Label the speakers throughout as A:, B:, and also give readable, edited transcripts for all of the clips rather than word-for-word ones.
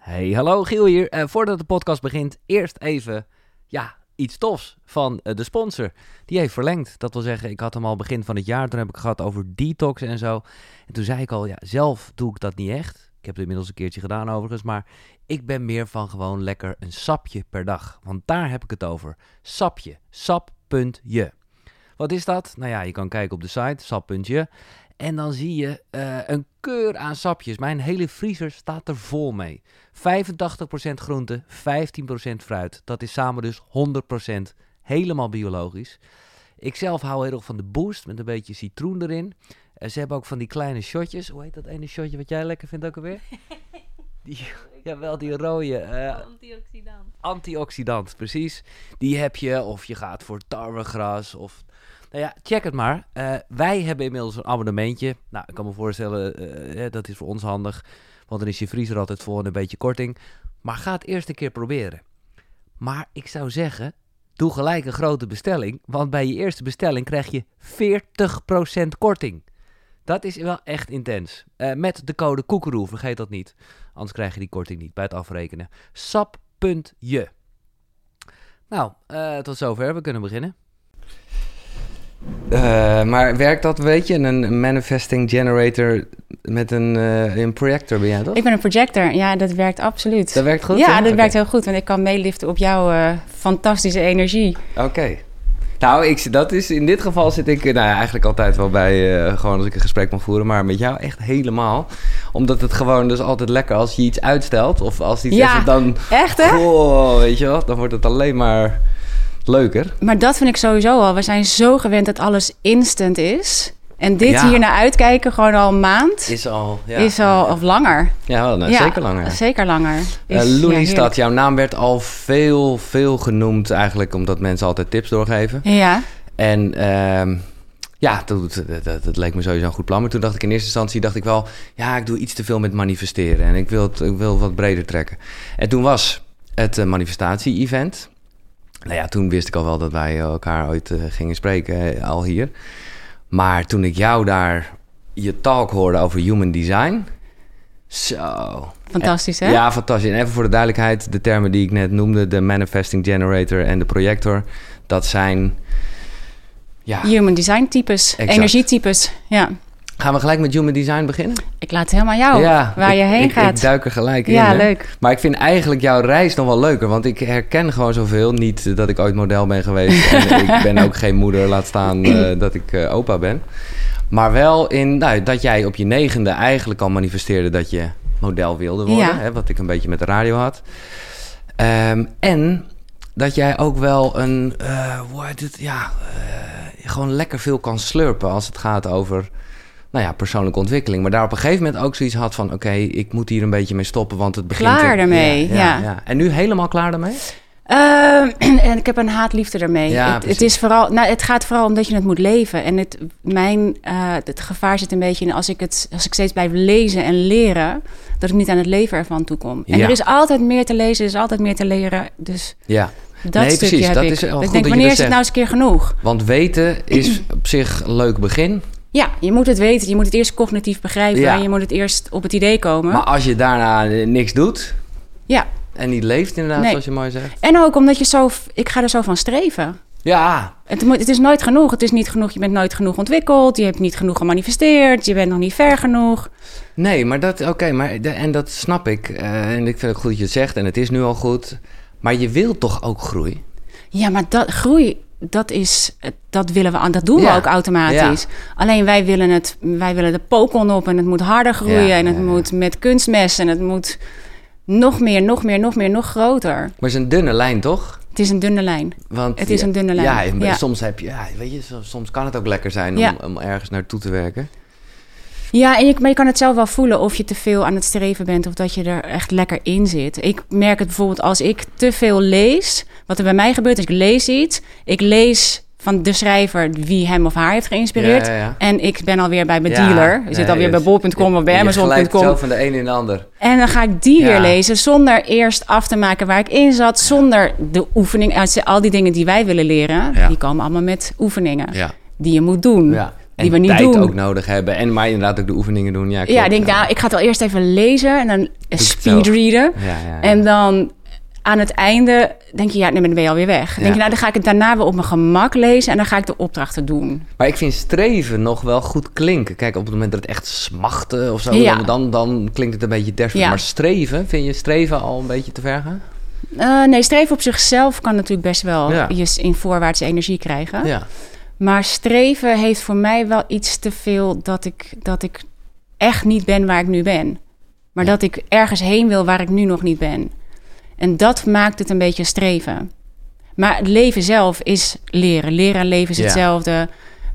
A: Hey, hallo, Giel hier. Voordat de podcast begint, eerst even iets tofs van de sponsor. Die heeft verlengd. Dat wil zeggen, ik had hem al begin van het jaar. Toen heb ik het gehad over detox en zo. En toen zei ik al, zelf doe ik dat niet echt. Ik heb het inmiddels een keertje gedaan overigens. Maar ik ben meer van gewoon lekker een sapje per dag. Want daar heb ik het over. Sapje. Sap.je. Wat is dat? Nou ja, je kan kijken op de site, sap.je. En dan zie je een keur aan sapjes. Mijn hele vriezer staat er vol mee. 85% groente, 15% fruit. Dat is samen dus 100% helemaal biologisch. Ik zelf hou heel erg van de Boost met een beetje citroen erin. Ze hebben ook van die kleine shotjes. Hoe heet dat ene shotje wat jij lekker vindt ook alweer? Die rode. Antioxidant, precies. Die heb je, of je gaat voor tarwegras of... Nou ja, check het maar. Wij hebben inmiddels een abonnementje. Nou, ik kan me voorstellen, dat is voor ons handig. Want dan is je vriezer altijd vol en een beetje korting. Maar ga het eerst een keer proberen. Maar ik zou zeggen, doe gelijk een grote bestelling. Want bij je eerste bestelling krijg je 40% korting. Dat is wel echt intens. Met de code Koekeroe, vergeet dat niet. Anders krijg je die korting niet bij het afrekenen. Sap.je. Nou, tot zover. We kunnen beginnen.
B: Maar werkt dat, weet je, een manifesting generator met een projector ben jij, toch?
C: Ik ben een projector, ja, dat werkt absoluut.
B: Dat werkt goed?
C: Ja, dat werkt heel goed, want ik kan meeliften op jouw fantastische energie.
B: Oké. Nou, in dit geval zit ik eigenlijk altijd wel bij, gewoon als ik een gesprek mag voeren, maar met jou echt helemaal. Omdat het gewoon dus altijd lekker als je iets uitstelt of als iets even dan...
C: Echt hè?
B: Oh, weet je wel, dan wordt het alleen maar... leuker.
C: Maar dat vind ik sowieso al. We zijn zo gewend dat alles instant is. En dit hier naar uitkijken, gewoon al een maand. Is al of langer.
B: Ja, zeker langer.
C: Zeker langer.
B: Loenestad, jouw naam werd al veel genoemd eigenlijk, omdat mensen altijd tips doorgeven.
C: Ja.
B: En dat leek me sowieso een goed plan. Maar toen dacht ik in eerste instantie, wel, ik doe iets te veel met manifesteren. En ik wil wat breder trekken. En toen was het manifestatie-event. Nou ja, toen wist ik al wel dat wij elkaar ooit gingen spreken, al hier. Maar toen ik jou daar je talk hoorde over human design... Zo...
C: Fantastisch, hè?
B: Ja, fantastisch. En even voor de duidelijkheid, de termen die ik net noemde... de manifesting generator en de projector... dat zijn...
C: human design types,
B: exact.
C: Energietypes, ja.
B: Gaan we gelijk met human design beginnen?
C: Ik laat het helemaal jou, waar je heen gaat.
B: Ik duik er gelijk in.
C: Ja, leuk.
B: Maar ik vind eigenlijk jouw reis nog wel leuker. Want ik herken gewoon zoveel. Niet dat ik ooit model ben geweest. En ik ben ook geen moeder, laat staan dat ik opa ben. Maar wel in dat jij op je 9e eigenlijk al manifesteerde dat je model wilde worden.
C: Ja.
B: Hè, wat ik een beetje met de radio had. En dat jij ook wel gewoon lekker veel kan slurpen als het gaat over... persoonlijke ontwikkeling. Maar daar op een gegeven moment ook zoiets had van... oké, ik moet hier een beetje mee stoppen, want het begint...
C: Klaar daarmee, ja.
B: En nu helemaal klaar daarmee?
C: En ik heb een haatliefde daarmee.
B: Ja,
C: het is vooral, het gaat vooral om dat je het moet leven. En het gevaar zit een beetje in... als ik steeds blijf lezen en leren... dat ik niet aan het leven ervan toekom. En er is altijd meer te lezen, er is altijd meer te leren. Dus...
B: Ja.
C: Dat stukje heb ik. Ik denk, wanneer is het nou eens een keer genoeg?
B: Want weten is op zich een leuk begin...
C: Ja, je moet het weten. Je moet het eerst cognitief begrijpen. Ja. En je moet het eerst op het idee komen.
B: Maar als je daarna niks doet...
C: Ja.
B: En niet leeft inderdaad, zoals je mooi zegt.
C: En ook omdat ik ga er zo van streven.
B: Ja.
C: Het is nooit genoeg. Het is niet genoeg. Je bent nooit genoeg ontwikkeld. Je hebt niet genoeg gemanifesteerd. Je bent nog niet ver genoeg.
B: Nee, maar en dat snap ik. En ik vind het goed dat je het zegt. En het is nu al goed. Maar je wilt toch ook groei?
C: Ja, maar groei... Dat willen we, dat doen we ook automatisch. Ja. Alleen wij willen de pokon op en het moet harder groeien en het moet met kunstmes en het moet nog meer, nog groter. Maar
B: het is een dunne lijn, toch?
C: Het is een dunne lijn.
B: Want
C: het is een dunne lijn.
B: Ja, soms heb je, soms kan het ook lekker zijn om ergens naartoe te werken.
C: Ja, maar je kan het zelf wel voelen of je te veel aan het streven bent of dat je er echt lekker in zit. Ik merk het bijvoorbeeld als ik te veel lees. Wat er bij mij gebeurt is, ik lees iets. Ik lees van de schrijver wie hem of haar heeft geïnspireerd.
B: Ja.
C: En ik ben alweer bij mijn dealer. Je zit alweer bij bol.com of bij Amazon.com.
B: Je glijdt zo van de een in de ander.
C: En dan ga ik die weer lezen zonder eerst af te maken waar ik in zat. Zonder de oefening. Al die dingen die wij willen leren, die komen allemaal met oefeningen. Ja. Die je moet doen.
B: Ja.
C: die we niet
B: tijd
C: doen.
B: ook nodig hebben. Maar inderdaad ook de oefeningen doen. Ja,
C: ik denk, nou, ik ga het wel eerst even lezen en dan speedreaden.
B: Ja.
C: En dan aan het einde denk je, dan ben je alweer weg. Dan denk je, nou, dan ga ik het daarna weer op mijn gemak lezen en dan ga ik de opdrachten doen.
B: Maar ik vind streven nog wel goed klinken. Kijk, op het moment dat het echt smachten of zo, dan klinkt het een beetje desperate. Ja. Maar streven, vind je streven al een beetje te ver gaan?
C: Nee, streven op zichzelf kan natuurlijk best wel je in voorwaartse energie krijgen.
B: Ja.
C: Maar streven heeft voor mij wel iets te veel dat ik echt niet ben waar ik nu ben. Maar dat ik ergens heen wil waar ik nu nog niet ben. En dat maakt het een beetje streven. Maar het leven zelf is leren. Leren en leven is hetzelfde.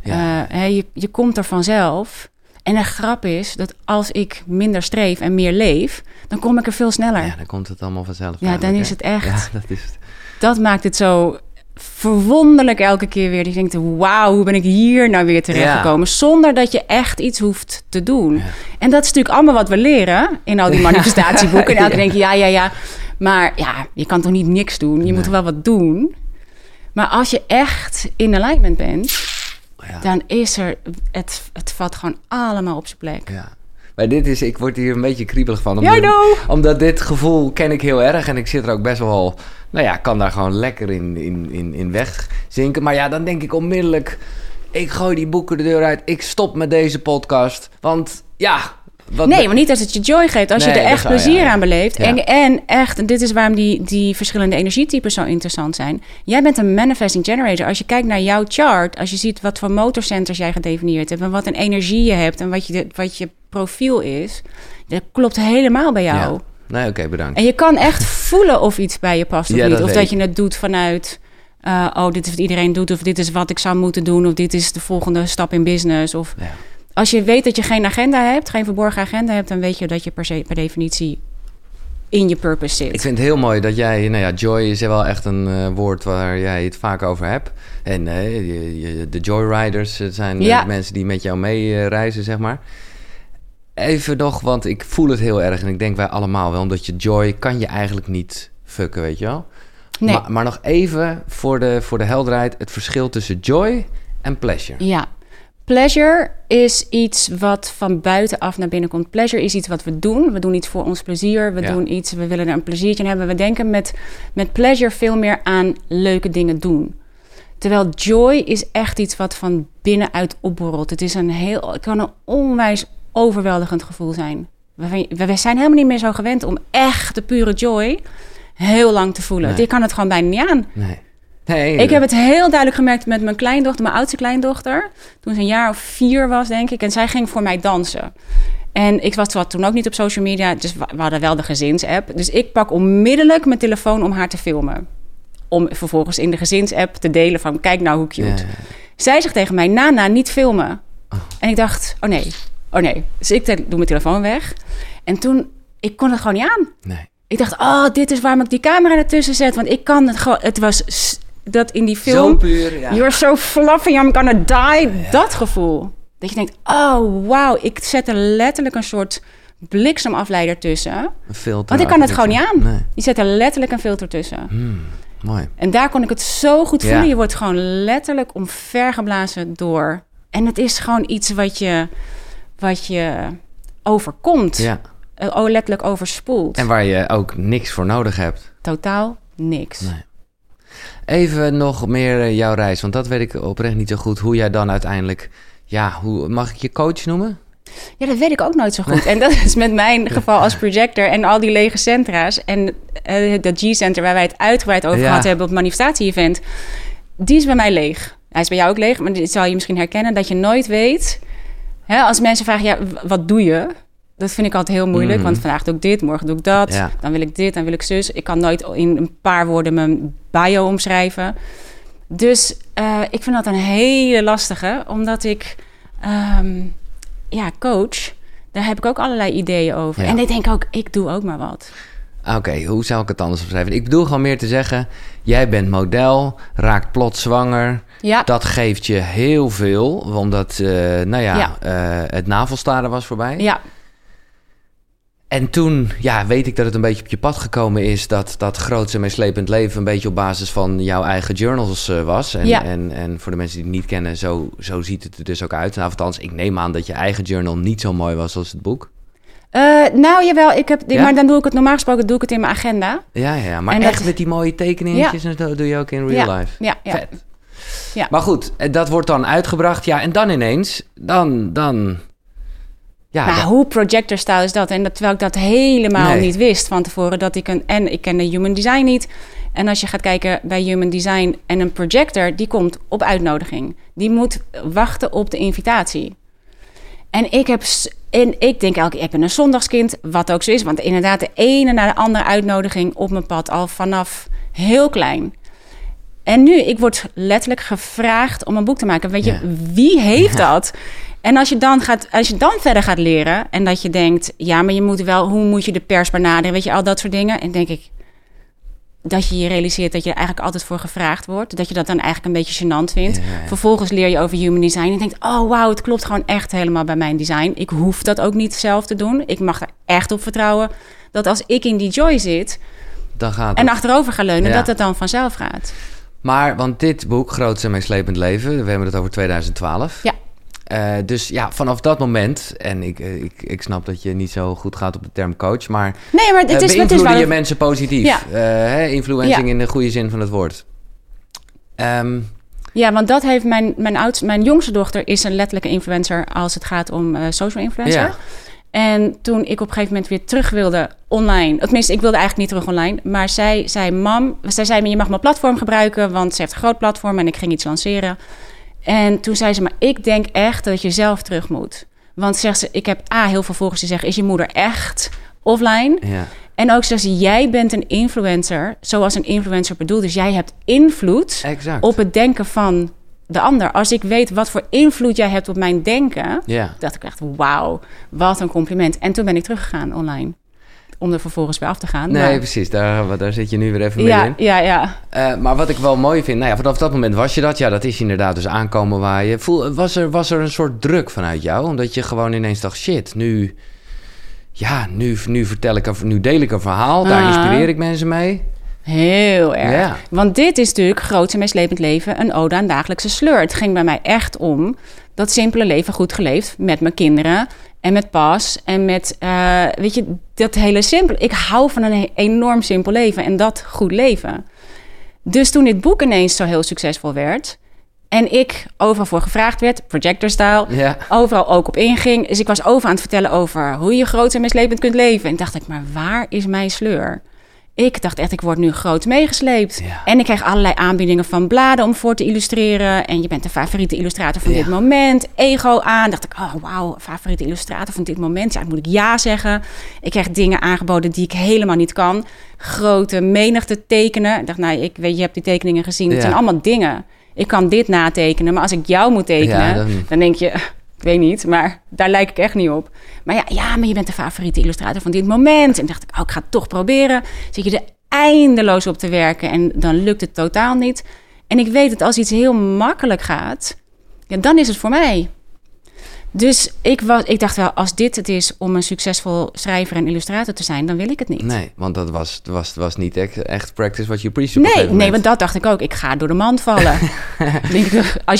C: Ja. Je komt er vanzelf. En de grap is dat als ik minder streef en meer leef, dan kom ik er veel sneller.
B: Ja, dan komt het allemaal vanzelf.
C: Ja, dan is het echt.
B: Ja, dat is het.
C: Dat maakt het zo verwonderlijk elke keer weer. Je denkt, wauw, hoe ben ik hier nou weer terechtgekomen? Ja. Zonder dat je echt iets hoeft te doen. Ja. En dat is natuurlijk allemaal wat we leren in al die manifestatieboeken. En elke keer denk je, ja. Maar je kan toch niet niks doen? Je moet wel wat doen. Maar als je echt in alignment bent, dan is er... Het valt gewoon allemaal op zijn plek.
B: Ja. Maar ik word hier een beetje kriebelig van.
C: Omdat
B: dit gevoel ken ik heel erg. En ik zit er ook best wel... kan daar gewoon lekker in wegzinken. Maar dan denk ik onmiddellijk... Ik gooi die boeken de deur uit. Ik stop met deze podcast. Want
C: maar niet als het je joy geeft. Als je er echt plezier aan beleeft. Ja. En echt, en dit is waarom die verschillende energietypes zo interessant zijn. Jij bent een manifesting generator. Als je kijkt naar jouw chart, als je ziet wat voor motorcenters jij gedefinieerd hebt en wat een energie je hebt en wat je profiel is, dat klopt helemaal bij jou.
B: Ja. Nee, oké, bedankt.
C: En je kan echt voelen of iets bij je past of niet. Of dat je het doet vanuit... dit is wat iedereen doet, of dit is wat ik zou moeten doen, of dit is de volgende stap in business. Of als je weet dat je geen agenda hebt, geen verborgen agenda hebt, dan weet je dat je per definitie in je purpose zit.
B: Ik vind het heel mooi dat jij, joy is wel echt een woord waar jij het vaak over hebt. En de joyriders zijn mensen die met jou mee reizen, zeg maar. Even nog, want ik voel het heel erg en ik denk wij allemaal wel, omdat je joy kan je eigenlijk niet fucken, weet je wel. Nee. Maar nog even voor de helderheid, het verschil tussen joy en pleasure.
C: Ja, pleasure is iets wat van buitenaf naar binnen komt. Pleasure is iets wat we doen. We doen iets voor ons plezier. We doen iets, we willen er een pleziertje in hebben. We denken met pleasure veel meer aan leuke dingen doen. Terwijl joy is echt iets wat van binnenuit opborrelt. Het kan een onwijs overweldigend gevoel zijn. We zijn helemaal niet meer zo gewend om echt de pure joy heel lang te voelen. Nee. Ik kan het gewoon bijna niet aan. Nee, ik heb het heel duidelijk gemerkt met mijn kleindochter, mijn oudste kleindochter. Toen ze een jaar of 4 was, denk ik. En zij ging voor mij dansen. En ik was toen ook niet op social media. Dus we hadden wel de gezinsapp. Dus ik pak onmiddellijk mijn telefoon om haar te filmen. Om vervolgens in de gezinsapp te delen van, kijk nou hoe cute. Ja. Zij zegt tegen mij, Nana, niet filmen. Oh. En ik dacht, oh nee. Dus ik doe mijn telefoon weg. En toen, ik kon het gewoon niet aan. Nee. Ik dacht, dit is waarom ik die camera ertussen zet. Want ik kan het gewoon... Het was dat in die film...
B: Zo puur, ja.
C: You're so fluffy, I'm gonna die. Ja. Dat gevoel. Dat je denkt, oh, wauw. Ik zet er letterlijk een soort bliksemafleider tussen.
B: Een filter.
C: Want ik kan het gewoon niet aan. Nee. Je zet er letterlijk een filter tussen.
B: Mooi.
C: En daar kon ik het zo goed voelen. Je wordt gewoon letterlijk omvergeblazen door... En het is gewoon iets wat je overkomt. Ja. Letterlijk overspoelt.
B: En waar je ook niks voor nodig hebt.
C: Totaal niks. Nee.
B: Even nog meer jouw reis, want dat weet ik oprecht niet zo goed. Hoe jij dan uiteindelijk... mag ik je coach noemen?
C: Ja, dat weet ik ook nooit zo goed. En dat is met mijn geval als projector en al die lege centra's. En dat G-center waar wij het uitgebreid over gehad hebben op het manifestatie-event. Die is bij mij leeg. Hij is bij jou ook leeg, maar dit zal je misschien herkennen. Dat je nooit weet... als mensen vragen, wat doe je... Dat vind ik altijd heel moeilijk, want vandaag doe ik dit, morgen doe ik dat. Ja. Dan wil ik dit, dan wil ik zus. Ik kan nooit in een paar woorden mijn bio omschrijven. Dus ik vind dat een hele lastige, omdat ik coach, daar heb ik ook allerlei ideeën over. Ja. En ik denk ook, ik doe ook maar wat.
B: Oké, hoe zou ik het anders omschrijven? Ik bedoel gewoon meer te zeggen, jij bent model, raakt plots zwanger. Ja. Dat geeft je heel veel, omdat het navelstaren was voorbij. Ja. En toen weet ik dat het een beetje op je pad gekomen is... dat Groots en Meeslepend Leven een beetje op basis van jouw eigen journals was. En voor de mensen die het niet kennen, zo ziet het er dus ook uit. Nou, althans, ik neem aan dat je eigen journal niet zo mooi was als het boek.
C: Nou, jawel. Maar dan doe ik het normaal gesproken in mijn agenda.
B: Ja. Maar en echt met die mooie tekeningetjes en zo doe je ook in real life.
C: Ja.
B: Vet. Ja. Maar goed, dat wordt dan uitgebracht. Ja, en dan ineens, dan... Ja,
C: hoe projector style is dat? En terwijl ik dat helemaal niet wist van tevoren. Ik kende Human Design niet. En als je gaat kijken bij Human Design en een projector... die komt op uitnodiging. Die moet wachten op de invitatie. En ik denk elke keer, ik ben een zondagskind, wat ook zo is. Want inderdaad, de ene na de andere uitnodiging op mijn pad... al vanaf heel klein. En nu, ik word letterlijk gevraagd om een boek te maken. Weet je, wie heeft dat? En als je dan verder gaat leren... en dat je denkt, maar je moet wel... hoe moet je de pers benaderen? Weet je, al dat soort dingen. En denk ik... dat je realiseert dat je er eigenlijk altijd voor gevraagd wordt. Dat je dat dan eigenlijk een beetje gênant vindt. Ja. Vervolgens leer je over human design en denkt... oh, wauw, het klopt gewoon echt helemaal bij mijn design. Ik hoef dat ook niet zelf te doen. Ik mag er echt op vertrouwen dat als ik in die joy zit...
B: dan gaat
C: en achterover ga leunen, dat het dan vanzelf gaat.
B: Maar, want dit boek, Groots en Meeslepend Leven... we hebben het over 2012...
C: Ja.
B: Dus vanaf dat moment... en ik snap dat je niet zo goed gaat op de term coach... maar, beïnvloeden je mensen positief. Ja. Influencing in de goede zin van het woord.
C: Ja, want dat heeft mijn jongste dochter... is een letterlijke influencer als het gaat om social influencer. Ja. En toen ik op een gegeven moment weer terug wilde online... tenminste, ik wilde eigenlijk niet terug online... maar zij zei, me, je mag mijn platform gebruiken... want ze heeft een groot platform en ik ging iets lanceren... En toen zei ze, maar ik denk echt dat je zelf terug moet. Want zegt ze, ik heb heel veel volgers die zeggen... is je moeder echt offline? Ja. En ook zegt ze, jij bent een influencer... zoals een influencer bedoelt. Dus jij hebt invloed op het denken van de ander. Als ik weet wat voor invloed jij hebt op mijn denken... dacht ik echt, wauw, wat een compliment. En toen ben ik teruggegaan online. Om er vervolgens weer af te gaan.
B: Nee, precies. Daar zit je nu weer even mee in.
C: Ja.
B: Maar wat ik wel mooi vind... vanaf dat moment was je dat. Ja, dat is inderdaad dus aankomen waar je... Was er een soort druk vanuit jou? Omdat je gewoon ineens dacht... shit, nu deel ik een verhaal. Daar inspireer ik mensen mee.
C: Heel erg. Ja. Want dit is natuurlijk Groots en Meeslepend Leven... een ode aan dagelijkse sleur. Het ging bij mij echt om... dat simpele leven goed geleefd met mijn kinderen... en met Pas en met, dat hele simpel. Ik hou van een enorm simpel leven en dat goed leven. Dus toen dit boek ineens zo heel succesvol werd... en ik overal voor gevraagd werd, projector style... overal ook op inging. Dus ik was overal aan het vertellen over hoe je groot en meeslepend kunt leven. En dacht ik, maar waar is mijn sleur? Ik dacht echt, ik word nu groot meegesleept. Ja. En ik kreeg allerlei aanbiedingen van bladen om voor te illustreren. En je bent de favoriete illustrator van dit moment. Ego aan. Dacht ik, oh wauw, favoriete illustrator van dit moment. Ja, dan moet ik ja zeggen. Ik kreeg dingen aangeboden die ik helemaal niet kan. Grote menigte tekenen. Ik dacht, je hebt die tekeningen gezien. Het zijn allemaal dingen. Ik kan dit natekenen. Maar als ik jou moet tekenen, dan denk je... Ik weet niet, maar daar lijk ik echt niet op. Maar maar je bent de favoriete illustrator van dit moment. En dacht ik, ik ga het toch proberen. Zit je er eindeloos op te werken en dan lukt het totaal niet. En ik weet dat als iets heel makkelijk gaat, dan is het voor mij. Dus ik dacht wel, als dit het is om een succesvol schrijver en illustrator te zijn, dan wil ik het niet.
B: Nee, want dat was niet echt practice what you preach.
C: Nee, want dat dacht ik ook. Ik ga door de mand vallen. Als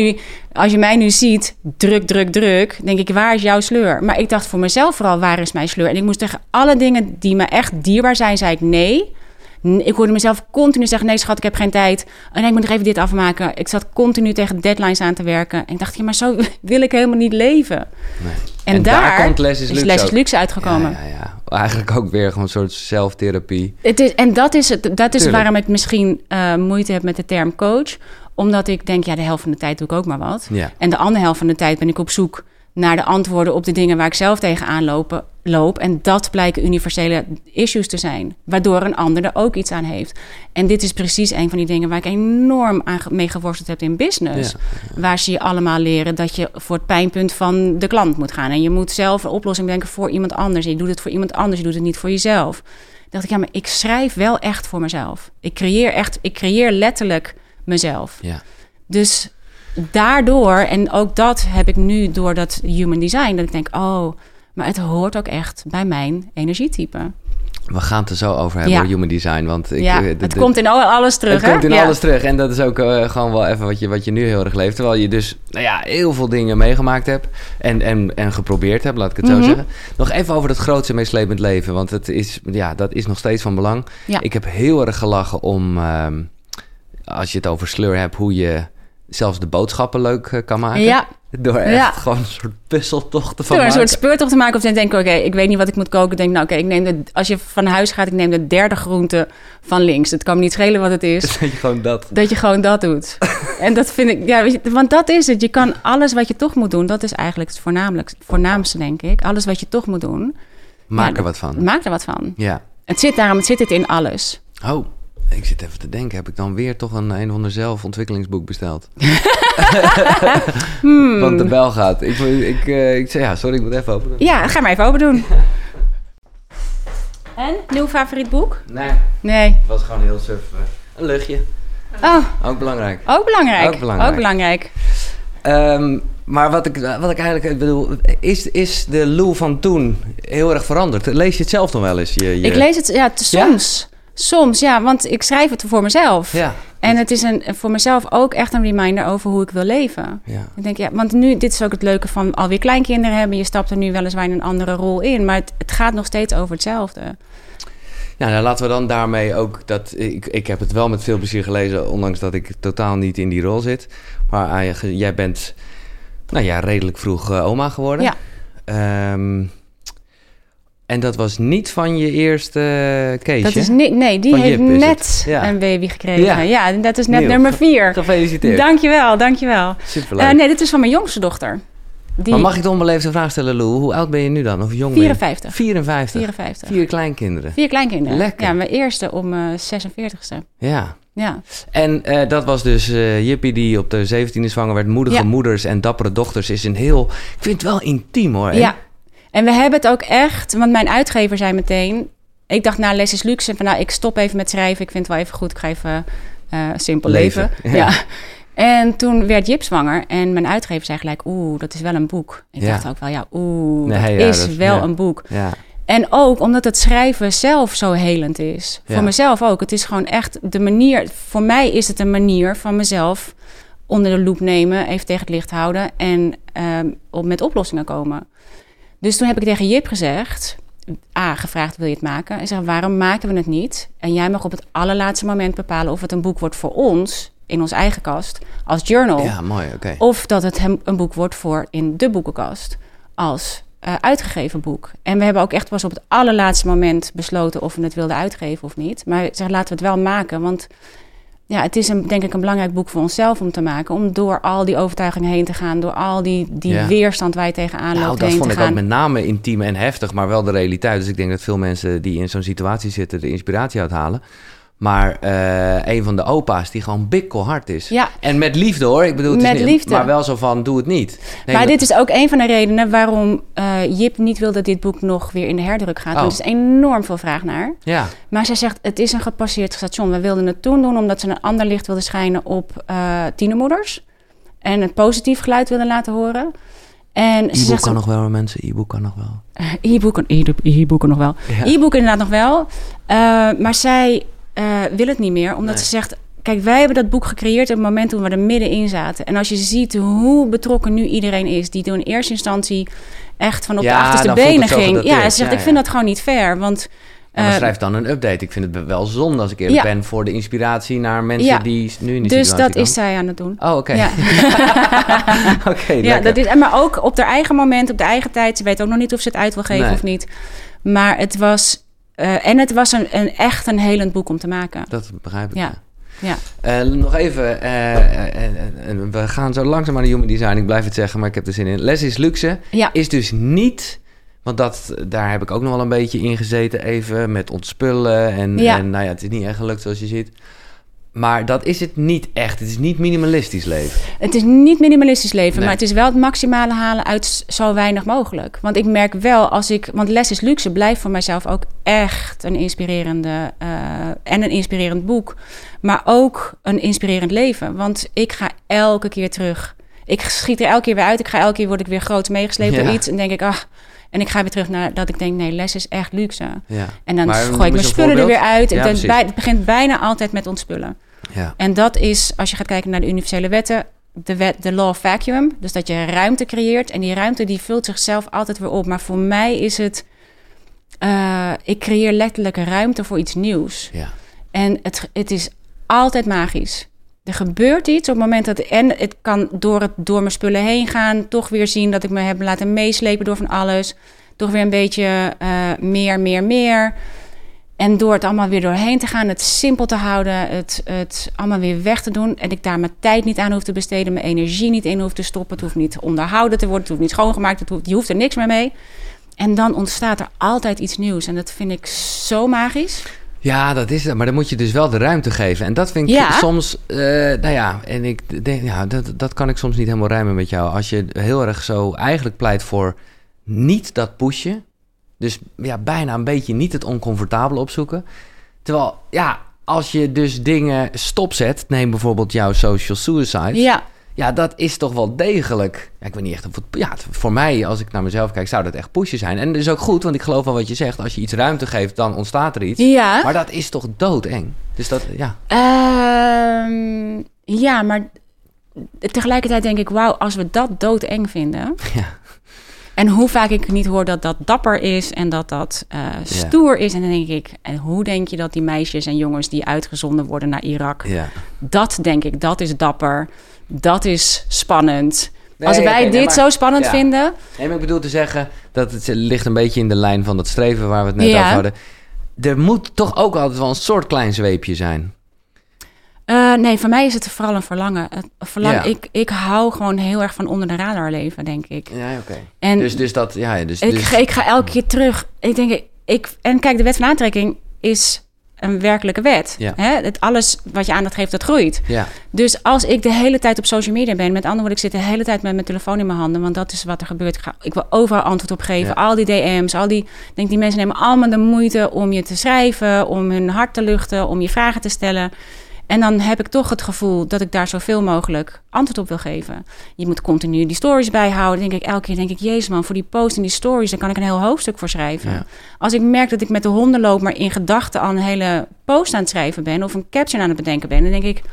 C: je mij nu ziet, druk, denk ik, waar is jouw sleur? Maar ik dacht voor mezelf vooral, waar is mijn sleur? En ik moest tegen alle dingen die me echt dierbaar zijn, zei ik nee. Ik hoorde mezelf continu zeggen, nee schat, ik heb geen tijd. Oh, nee, ik moet nog even dit afmaken. Ik zat continu tegen deadlines aan te werken. En ik dacht, maar zo wil ik helemaal niet leven. Nee. En daar komt Les is Luxe uitgekomen.
B: Ja. Eigenlijk ook weer gewoon een soort zelftherapie.
C: Dat is waarom ik misschien moeite heb met de term coach. Omdat ik denk, de helft van de tijd doe ik ook maar wat. Ja. En de andere helft van de tijd ben ik op zoek naar de antwoorden op de dingen waar ik zelf tegenaan loop. En dat blijken universele issues te zijn. Waardoor een ander er ook iets aan heeft. En dit is precies een van die dingen waar ik enorm mee geworsteld heb in business. Ja. Waar ze je allemaal leren dat je voor het pijnpunt van de klant moet gaan. En je moet zelf een oplossing bedenken voor iemand anders. En je doet het voor iemand anders, je doet het niet voor jezelf. Dan dacht ik, maar ik schrijf wel echt voor mezelf. Ik creëer letterlijk mezelf. Ja. Dus daardoor, en ook dat heb ik nu door dat human design, dat ik denk, Maar het hoort ook echt bij mijn energietype.
B: We gaan het er zo over hebben,
C: Ja.
B: Human Design. Want
C: Het komt in alles terug,
B: Het komt in
C: Ja.
B: alles terug. En dat is ook gewoon wel even wat je nu heel erg leeft. Terwijl je dus heel veel dingen meegemaakt hebt. En geprobeerd hebt, laat ik het zo zeggen. Nog even over dat grootste meeslepend leven. Want dat is nog steeds van belang.
C: Ja.
B: Ik heb heel erg gelachen om... als je het over sleur hebt, hoe je zelfs de boodschappen leuk kan maken.
C: Ja.
B: Door echt gewoon een soort puzzeltochten van
C: Door een
B: maken.
C: soort speurtocht te maken. Of dan denk ik, oké, ik weet niet wat ik moet koken. Ik denk, ik neem als je van huis gaat, ik neem de derde groente van links. Het kan me niet schelen wat het is.
B: Dat je gewoon dat...
C: Dat je gewoon dat doet. En dat vind ik, weet je, want dat is het. Je kan alles wat je toch moet doen, dat is eigenlijk het voornaamste, denk ik. Alles wat je toch moet doen.
B: Maak er wat van.
C: Maak er wat van.
B: Ja.
C: Het zit in alles.
B: Oh, ik zit even te denken. Heb ik dan weer toch een of ander zelfontwikkelingsboek besteld? Want de bel gaat. Ik zei, ja, sorry, ik moet even openen.
C: Ja, ga maar even open doen. En? Nieuw favoriet boek? Nee.
B: Het was gewoon heel suf. Een luchtje.
C: Oh,
B: Ook belangrijk.
C: ook belangrijk.
B: Ook belangrijk.
C: Ook belangrijk.
B: Maar wat ik eigenlijk bedoel... Is de Lou van toen heel erg veranderd? Lees je het zelf nog wel eens?
C: Ik lees het, soms. Soms, ja, want ik schrijf het voor mezelf.
B: Ja.
C: En het is voor mezelf ook echt een reminder over hoe ik wil leven.
B: Ja.
C: Ik denk, want nu, dit is ook het leuke van alweer kleinkinderen hebben. Je stapt er nu weliswaar in een andere rol in. Maar het gaat nog steeds over hetzelfde.
B: Ja, nou laten we dan daarmee ook... Ik heb het wel met veel plezier gelezen, ondanks dat ik totaal niet in die rol zit. Maar jij bent redelijk vroeg oma geworden.
C: Ja.
B: En dat was niet van je eerste Keesje?
C: Dat is nee, die
B: Van
C: heeft
B: Jip is
C: net
B: het. Ja.
C: een baby gekregen.
B: Ja.
C: Ja, dat is net
B: Nieuw.
C: nummer 4.
B: Gefeliciteerd.
C: Dankjewel.
B: Superleuk.
C: Nee, dit is van mijn jongste dochter.
B: Maar mag ik de onbeleefde vraag stellen, Lou? Hoe oud ben je nu dan? Of jong ben je?
C: 54.
B: 54. 4 kleinkinderen.
C: 4 kleinkinderen.
B: Lekker.
C: Ja, mijn eerste om mijn 46ste.
B: Ja.
C: Ja.
B: En dat was dus Jippie die op de 17e zwanger werd. Moedige moeders en dappere dochters is een heel... Ik vind het wel intiem hoor.
C: Ja. En we hebben het ook echt... Want mijn uitgever zei meteen... Ik dacht na Les is Luxe van ik stop even met schrijven. Ik vind het wel even goed. Ik ga even simpel leven. Ja. En toen werd Jip zwanger. En mijn uitgever zei gelijk... dat is wel een boek. Ik dacht ook wel, dat is wel een boek.
B: Ja.
C: En ook omdat het schrijven zelf zo helend is.
B: Ja.
C: Voor mezelf ook. Het is gewoon echt de manier... Voor mij is het een manier van mezelf onder de loep nemen... even tegen het licht houden... en met oplossingen komen. Dus toen heb ik tegen Jip gezegd... gevraagd, wil je het maken? En zei, waarom maken we het niet? En jij mag op het allerlaatste moment bepalen... of het een boek wordt voor ons... in onze eigen kast, als journal.
B: Ja, mooi, oké.
C: Of dat het een boek wordt voor in de boekenkast... als uitgegeven boek. En we hebben ook echt pas op het allerlaatste moment besloten... of we het wilden uitgeven of niet. Maar zeg, laten we het wel maken, want... Ja, het is denk ik een belangrijk boek voor onszelf om te maken. Om door al die overtuigingen heen te gaan. Door al die weerstand waar je tegenaan loopt heen te gaan.
B: Dat vond ik ook met name intiem en heftig, maar wel de realiteit. Dus ik denk dat veel mensen die in zo'n situatie zitten de inspiratie uithalen. Maar een van de opa's die gewoon bikkelhard is.
C: Ja.
B: En met liefde hoor. Ik bedoel, het
C: met
B: is niet,
C: liefde.
B: maar wel zo van, doe het niet. Nee,
C: maar dit is ook een van de redenen waarom Jip niet wil dat dit boek nog weer in de herdruk gaat. Want er is enorm veel vraag naar.
B: Ja.
C: Maar zij zegt, het is een gepasseerd station. We wilden het toen doen omdat ze een ander licht wilden schijnen op tienermoeders. En een positief geluid wilden laten horen. En
B: e-book kan nog wel, mensen. E-book kan nog wel.
C: E-boeken nog wel.
B: Ja.
C: E-boeken inderdaad nog wel. Maar zij wil het niet meer, omdat ze zegt... Kijk, wij hebben dat boek gecreëerd op het moment toen we er middenin zaten. En als je ziet hoe betrokken nu iedereen is... die toen in eerste instantie echt van op de achterste benen ging. Ja, ze zegt, ik vind dat gewoon niet fair, want...
B: Maar schrijf dan een update. Ik vind het wel zonde als ik eerlijk ben... voor de inspiratie naar mensen die nu in die
C: dus
B: situatie
C: dat is zij aan het doen.
B: Oh, oké.
C: Ja.
B: Ja,
C: dat is, maar ook op haar eigen moment, op de eigen tijd. Ze weet ook nog niet of ze het uit wil geven of niet. Maar het was... het was echt een helend boek om te maken.
B: Dat begrijp ik.
C: Ja.
B: Nog even, we gaan zo langzaam aan de Human Design. Ik blijf het zeggen, maar ik heb er zin in. Les is Luxe is dus niet... Want daar heb ik ook nog wel een beetje in gezeten even met ontspullen. En nou ja, het is niet echt gelukt zoals je ziet. Maar dat is het niet echt. Het is niet minimalistisch leven.
C: Het is niet minimalistisch leven, maar het is wel het maximale halen uit zo weinig mogelijk. Want ik merk wel want Les is Luxe blijft voor mijzelf ook echt een inspirerende en een inspirerend boek. Maar ook een inspirerend leven. Want ik ga elke keer terug. Ik schiet er elke keer weer uit. Elke keer word ik weer groot meegesleept door iets. En denk ik, En ik ga weer terug naar dat ik denk, nee, les is echt luxe.
B: Ja.
C: En dan
B: Maar
C: gooi ik
B: noem
C: mijn
B: eens een
C: spullen er
B: voorbeeld.
C: weer uit.
B: Ja, precies.
C: Het begint bijna altijd met ontspullen.
B: Ja.
C: En dat is, als je gaat kijken naar de universele wetten, de law of vacuum. Dus dat je ruimte creëert. En die ruimte die vult zichzelf altijd weer op. Maar voor mij is het, ik creëer letterlijk ruimte voor iets nieuws.
B: Ja.
C: En het is altijd magisch. Er gebeurt iets op het moment dat... En het kan door mijn spullen heen gaan. Toch weer zien dat ik me heb laten meeslepen door van alles. Toch weer een beetje meer. En door het allemaal weer doorheen te gaan, het simpel te houden, het allemaal weer weg te doen. En ik daar mijn tijd niet aan hoef te besteden, mijn energie niet in hoef te stoppen. Het hoeft niet onderhouden te worden, het hoeft niet schoongemaakt, je hoeft er niks meer mee. En dan ontstaat er altijd iets nieuws. En dat vind ik zo magisch.
B: Ja, dat is het. Maar dan moet je dus wel de ruimte geven. En dat vind ik soms... en ik denk, dat kan ik soms niet helemaal rijmen met jou. Als je heel erg zo eigenlijk pleit voor niet dat pushen. Dus ja, bijna een beetje niet het oncomfortabele opzoeken. Terwijl, ja, als je dus dingen stopzet... Neem bijvoorbeeld jouw social suicide.
C: Ja.
B: Ja, dat is toch wel degelijk... Ja, ik weet niet echt of het... Ja, voor mij, als ik naar mezelf kijk, zou dat echt pushen zijn. En dat is ook goed, want ik geloof wel wat je zegt. Als je iets ruimte geeft, dan ontstaat er iets.
C: Ja.
B: Maar dat is toch doodeng? Dus dat, ja.
C: Ja, maar tegelijkertijd denk ik... Wauw, als we dat doodeng vinden...
B: Ja.
C: En hoe vaak ik niet hoor dat dat dapper is en dat stoer is. En dan denk ik, en hoe denk je dat die meisjes en jongens die uitgezonden worden naar Irak...
B: Ja.
C: Dat denk ik, dat is dapper. Dat is spannend.
B: Nee,
C: als wij dit zo spannend vinden...
B: Nee, maar ik bedoel te zeggen, dat het ligt een beetje in de lijn van dat streven waar we het net over hadden. Er moet toch ook altijd wel een soort klein zweepje zijn.
C: Nee, voor mij is het vooral een verlangen. Ik hou gewoon heel erg van onder de radar leven, denk ik.
B: Ja, oké.
C: En
B: dus dat, ja,
C: ik ga elke keer terug. Ik denk, en kijk, de wet van aantrekking is een werkelijke wet.
B: Ja.
C: Hè? Alles wat je aandacht geeft, dat groeit.
B: Ja.
C: Dus als ik de hele tijd op social media ben, met andere woorden, ik zit de hele tijd met mijn telefoon in mijn handen, want dat is wat er gebeurt. Ik wil overal antwoord op geven. Ja. Al die DM's, die mensen nemen allemaal de moeite om je te schrijven, om hun hart te luchten, om je vragen te stellen. En dan heb ik toch het gevoel dat ik daar zoveel mogelijk antwoord op wil geven. Je moet continu die stories bijhouden. Elke keer denk ik, jezus man, voor die post en die stories, daar kan ik een heel hoofdstuk voor schrijven. Ja. Als ik merk dat ik met de honden loop, maar in gedachten al een hele post aan het schrijven ben, of een caption aan het bedenken ben, dan denk ik,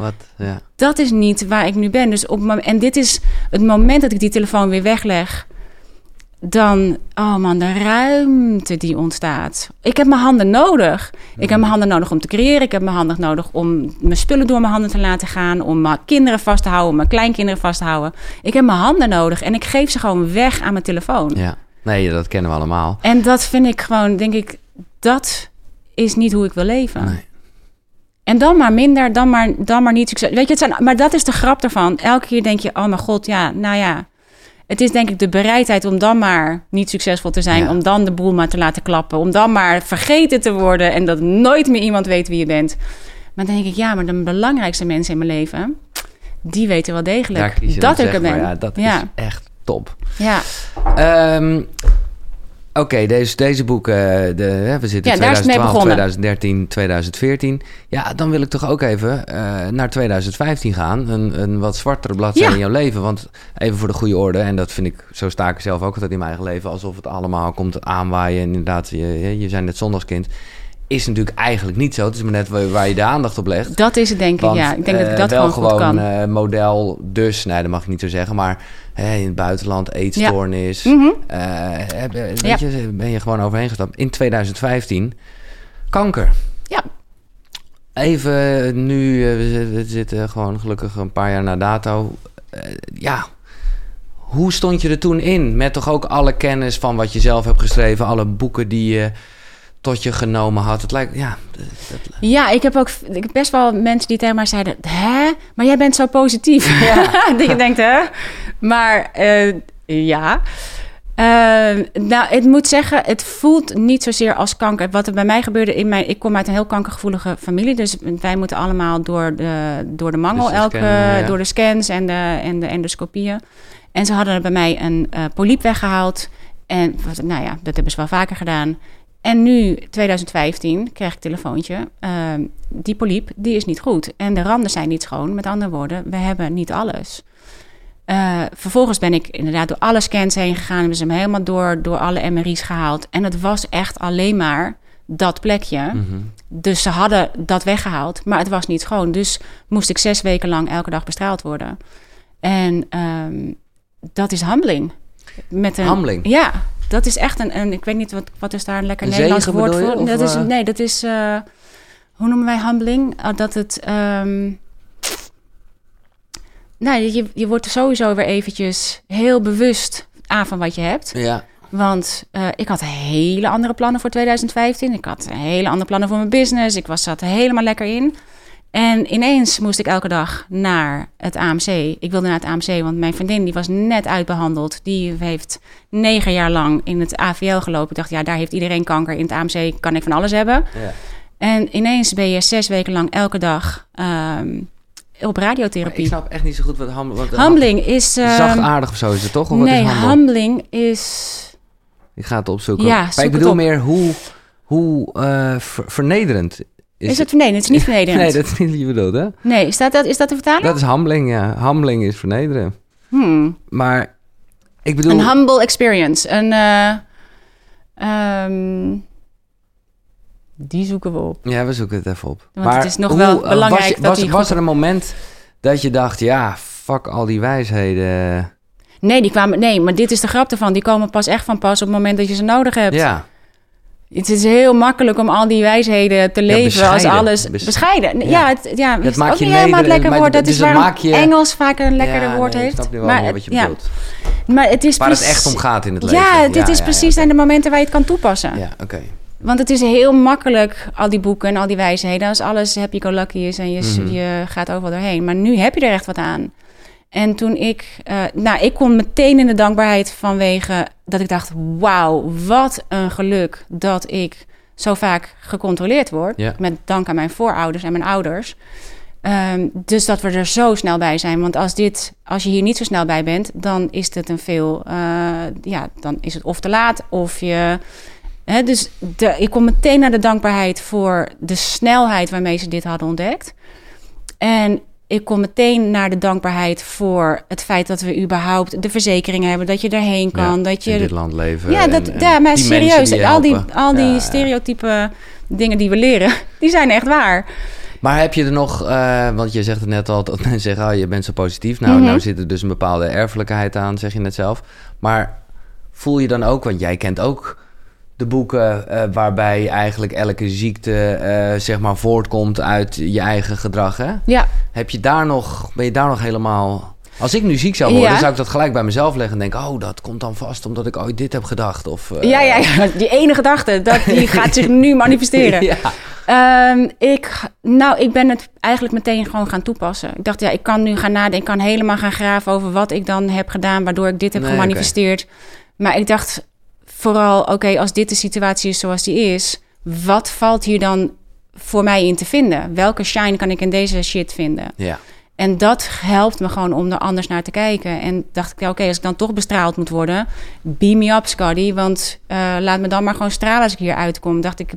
C: dat is niet waar ik nu ben. Dus en dit is het moment dat ik die telefoon weer wegleg, dan, oh man, de ruimte die ontstaat. Ik heb mijn handen nodig. Ik heb mijn handen nodig om te creëren. Ik heb mijn handen nodig om mijn spullen door mijn handen te laten gaan. Om mijn kinderen vast te houden, om mijn kleinkinderen vast te houden. Ik heb mijn handen nodig en ik geef ze gewoon weg aan mijn telefoon.
B: Ja, nee, dat kennen we allemaal.
C: En dat vind ik gewoon, denk ik, dat is niet hoe ik wil leven.
B: Nee.
C: En dan maar minder, dan maar niet succes. Weet je, maar dat is de grap ervan. Elke keer denk je, oh mijn god, ja, nou ja. Het is denk ik de bereidheid om dan maar niet succesvol te zijn. Ja. Om dan de boel maar te laten klappen. Om dan maar vergeten te worden. En dat nooit meer iemand weet wie je bent. Maar dan denk ik, ja, maar de belangrijkste mensen in mijn leven, die weten wel degelijk dat ik er ben.
B: Ja, dat is echt top.
C: Ja.
B: Oké, deze boeken, we zitten in 2012, 2013, 2014. Ja, dan wil ik toch ook even naar 2015 gaan. Een wat zwartere bladzijde in jouw leven. Want even voor de goede orde, en dat vind ik, zo sta ik zelf ook altijd in mijn eigen leven, alsof het allemaal komt aanwaaien. En inderdaad, je zijn net zondagskind. Is natuurlijk eigenlijk niet zo. Het is maar net waar je de aandacht op legt.
C: Dat is het, denk ik.
B: Want,
C: ja, ik denk dat ik dat
B: wel
C: gewoon goed kan.
B: Model dus, nee, dat mag ik niet zo zeggen, maar in het buitenland, eetstoornis.
C: Ja. Mm-hmm.
B: Weet je, ben je gewoon overheen gestapt. In 2015, kanker.
C: Ja.
B: Even nu, we zitten gewoon gelukkig een paar jaar na dato. Hoe stond je er toen in? Met toch ook alle kennis van wat je zelf hebt geschreven, alle boeken die je tot je genomen had. Het lijkt,
C: Ja, ik heb best wel mensen die tegen mij zeiden, hè? Maar jij bent zo positief. Ja. Dat je denkt, hè? Maar ja. Nou, ik moet zeggen, het voelt niet zozeer als kanker. Wat er bij mij gebeurde, ik kom uit een heel kankergevoelige familie. Dus wij moeten allemaal door de mangel, door de scans en de endoscopieën. En ze hadden bij mij een polyp weggehaald. En nou ja, dat hebben ze wel vaker gedaan. En nu, 2015, krijg ik een telefoontje. Die polyp, die is niet goed. En de randen zijn niet schoon. Met andere woorden, we hebben niet alles. Vervolgens ben ik inderdaad door alle scans heen gegaan. Hebben ze hem helemaal door alle MRI's gehaald. En het was echt alleen maar dat plekje.
B: Mhm.
C: Dus ze hadden dat weggehaald, maar het was niet schoon. Dus moest ik 6 weken lang elke dag bestraald worden. En dat is humbling.
B: Humbling?
C: Ja, dat is echt een ik weet niet wat is daar een lekker
B: Een
C: Nederlands
B: zegen
C: woord
B: bedoel je,
C: voor.
B: of,
C: Dat is hoe noemen wij humbling? Dat het... je wordt er sowieso weer eventjes heel bewust aan van wat je hebt.
B: Ja.
C: Want ik had hele andere plannen voor 2015. Ik had hele andere plannen voor mijn business. Zat er helemaal lekker in. En ineens moest ik elke dag naar het AMC. Ik wilde naar het AMC, want mijn vriendin die was net uitbehandeld. Die heeft 9 jaar lang in het AVL gelopen. Ik dacht, ja, daar heeft iedereen kanker. In het AMC kan ik van alles hebben.
B: Ja.
C: En ineens ben je 6 weken lang elke dag op radiotherapie.
B: Ik snap echt niet zo goed wat
C: Humbling is...
B: zachtaardig of zo is het toch? Of
C: nee,
B: wat is
C: humbling is...
B: Ik ga het opzoeken.
C: Ja,
B: maar
C: zoek
B: ik
C: het
B: bedoel
C: op.
B: meer vernederend
C: Is het vernederend? Het is niet vernederend.
B: Nee, dat is niet wat je bedoelt, hè?
C: Nee, is dat te vertalen?
B: Dat is humbling, ja. Humbling is vernederen. Maar ik bedoel...
C: Een humble experience. Die zoeken we op.
B: Ja, we zoeken het even op.
C: Want
B: maar
C: het is nog wel belangrijk
B: was er een moment dat je dacht... Ja, fuck al die wijsheden.
C: Nee, maar dit is de grap ervan. Die komen pas echt van pas op het moment dat je ze nodig hebt.
B: Ja.
C: Het is heel makkelijk om al die wijsheden te leven als alles... Bescheiden. Ja, het is ook niet helemaal het lekker woord. Dat is waarom Engels vaak een lekkerder woord heeft.
B: Ik snap nu wel meer wat je bedoelt.
C: Maar het is
B: waar het echt om gaat in het leven.
C: Ja, dit is precies zijn de momenten waar je het kan toepassen.
B: Ja, oké.
C: Want het is heel makkelijk, al die boeken en al die wijsheden... als alles happy-go-lucky is en je gaat overal doorheen. Maar nu heb je er echt wat aan. En toen ik kon meteen in de dankbaarheid vanwege dat ik dacht... wauw, wat een geluk dat ik zo vaak gecontroleerd word.
B: Ja.
C: Met dank aan mijn voorouders en mijn ouders. Dus dat we er zo snel bij zijn. Want als je hier niet zo snel bij bent, dan is het dan is het of te laat of je... Dus ik kom meteen naar de dankbaarheid voor de snelheid waarmee ze dit hadden ontdekt. En ik kom meteen naar de dankbaarheid voor het feit dat we überhaupt de verzekeringen hebben, dat je erheen kan, dat je
B: in dit land leven.
C: Ja, maar serieus, al die stereotype dingen die we leren, die zijn echt waar.
B: Maar heb je er nog, want je zegt het net al, dat mensen zeggen, je bent zo positief. Nou zit er dus een bepaalde erfelijkheid aan, zeg je net zelf. Maar voel je dan ook, want jij kent ook de boeken waarbij eigenlijk elke ziekte zeg maar voortkomt uit je eigen gedrag, hè?
C: Ja.
B: Ben je daar nog helemaal... Als ik nu ziek zou worden, zou ik dat gelijk bij mezelf leggen en denken... dat komt dan vast omdat ik ooit dit heb gedacht. Of,
C: Ja, die ene gedachte, die gaat zich nu manifesteren. Ja. Ik ben het eigenlijk meteen gewoon gaan toepassen. Ik dacht, ik kan nu gaan nadenken, ik kan helemaal gaan graven over wat ik dan heb gedaan, waardoor ik dit heb gemanifesteerd. Okay. Maar ik dacht vooral, als dit de situatie is zoals die is, wat valt hier dan voor mij in te vinden? Welke shine kan ik in deze shit vinden?
B: Ja.
C: En dat helpt me gewoon om er anders naar te kijken. En dacht ik, als ik dan toch bestraald moet worden, beam me up, Scotty. Want laat me dan maar gewoon stralen als ik hier uitkom. Dacht ik,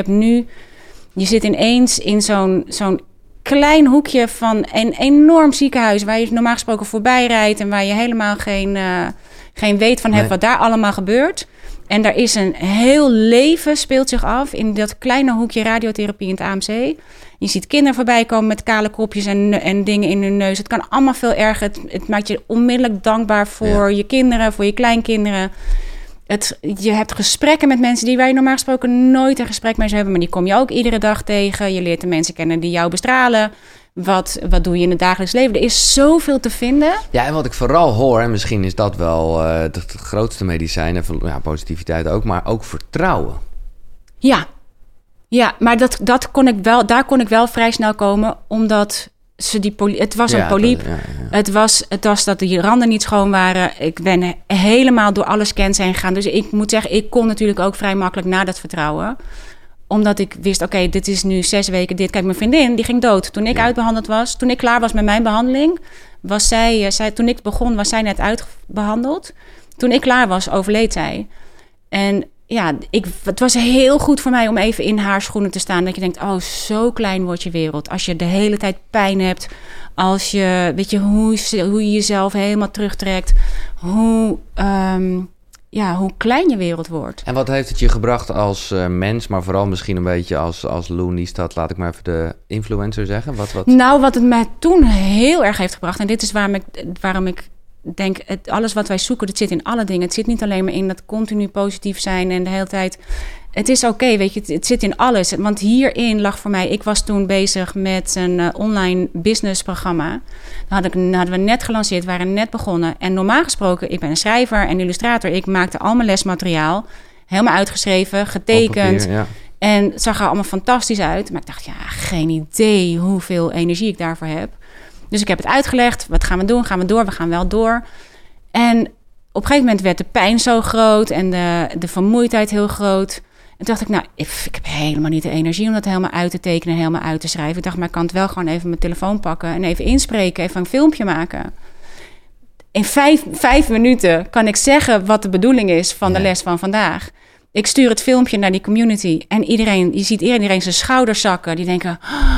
C: je zit ineens in zo'n klein hoekje van een enorm ziekenhuis waar je normaal gesproken voorbij rijdt en waar je helemaal geen weet van hebt wat daar allemaal gebeurt. En daar is een heel leven speelt zich af in dat kleine hoekje radiotherapie in het AMC. Je ziet kinderen voorbij komen met kale kopjes en dingen in hun neus. Het kan allemaal veel erger. Het maakt je onmiddellijk dankbaar voor je kinderen, voor je kleinkinderen. Je hebt gesprekken met mensen waar je normaal gesproken nooit een gesprek mee zou hebben. Maar die kom je ook iedere dag tegen. Je leert de mensen kennen die jou bestralen. Wat doe je in het dagelijks leven? Er is zoveel te vinden.
B: Ja, en wat ik vooral hoor, en misschien is dat wel het grootste medicijn, en positiviteit ook, maar ook vertrouwen.
C: Ja, maar daar kon ik wel vrij snel komen, omdat het was een polyp. Het was dat die randen niet schoon waren. Ik ben helemaal door alle scans heen gegaan. Dus ik moet zeggen, ik kon natuurlijk ook vrij makkelijk naar dat vertrouwen. Omdat ik wist, dit is nu 6 weken dit. Kijk, mijn vriendin, die ging dood. Toen ik uitbehandeld was, toen ik klaar was met mijn behandeling, was zij toen ik begon, was zij net uitbehandeld. Toen ik klaar was, overleed zij. En het was heel goed voor mij om even in haar schoenen te staan. Dat je denkt, oh, zo klein wordt je wereld. Als je de hele tijd pijn hebt. Als je, weet je, hoe je jezelf helemaal terugtrekt. Hoe klein je wereld wordt.
B: En wat heeft het je gebracht als mens, maar vooral misschien een beetje als Lou Niestad, laat ik maar even de influencer zeggen?
C: Nou, wat het mij toen heel erg heeft gebracht, en dit is waarom ik denk, alles wat wij zoeken, dat zit in alle dingen. Het zit niet alleen maar in dat continu positief zijn en de hele tijd. Het is oké, weet je, het zit in alles. Want hierin lag voor mij, ik was toen bezig met een online businessprogramma. Hadden we net gelanceerd, waren net begonnen. En normaal gesproken, ik ben een schrijver en illustrator. Ik maakte al mijn lesmateriaal, helemaal uitgeschreven, getekend.
B: Papier, ja.
C: En het zag er allemaal fantastisch uit. Maar ik dacht, geen idee hoeveel energie ik daarvoor heb. Dus ik heb het uitgelegd. Wat gaan we doen? Gaan we door? We gaan wel door. En op een gegeven moment werd de pijn zo groot en de vermoeidheid heel groot. En toen dacht ik, nou, ik heb helemaal niet de energie om dat helemaal uit te tekenen en helemaal uit te schrijven. Ik dacht, maar ik kan het wel gewoon even mijn telefoon pakken en even inspreken, even een filmpje maken. In 5 minuten kan ik zeggen wat de bedoeling is van de les van vandaag. Ik stuur het filmpje naar die community en je ziet iedereen zijn schouders zakken. Die denken,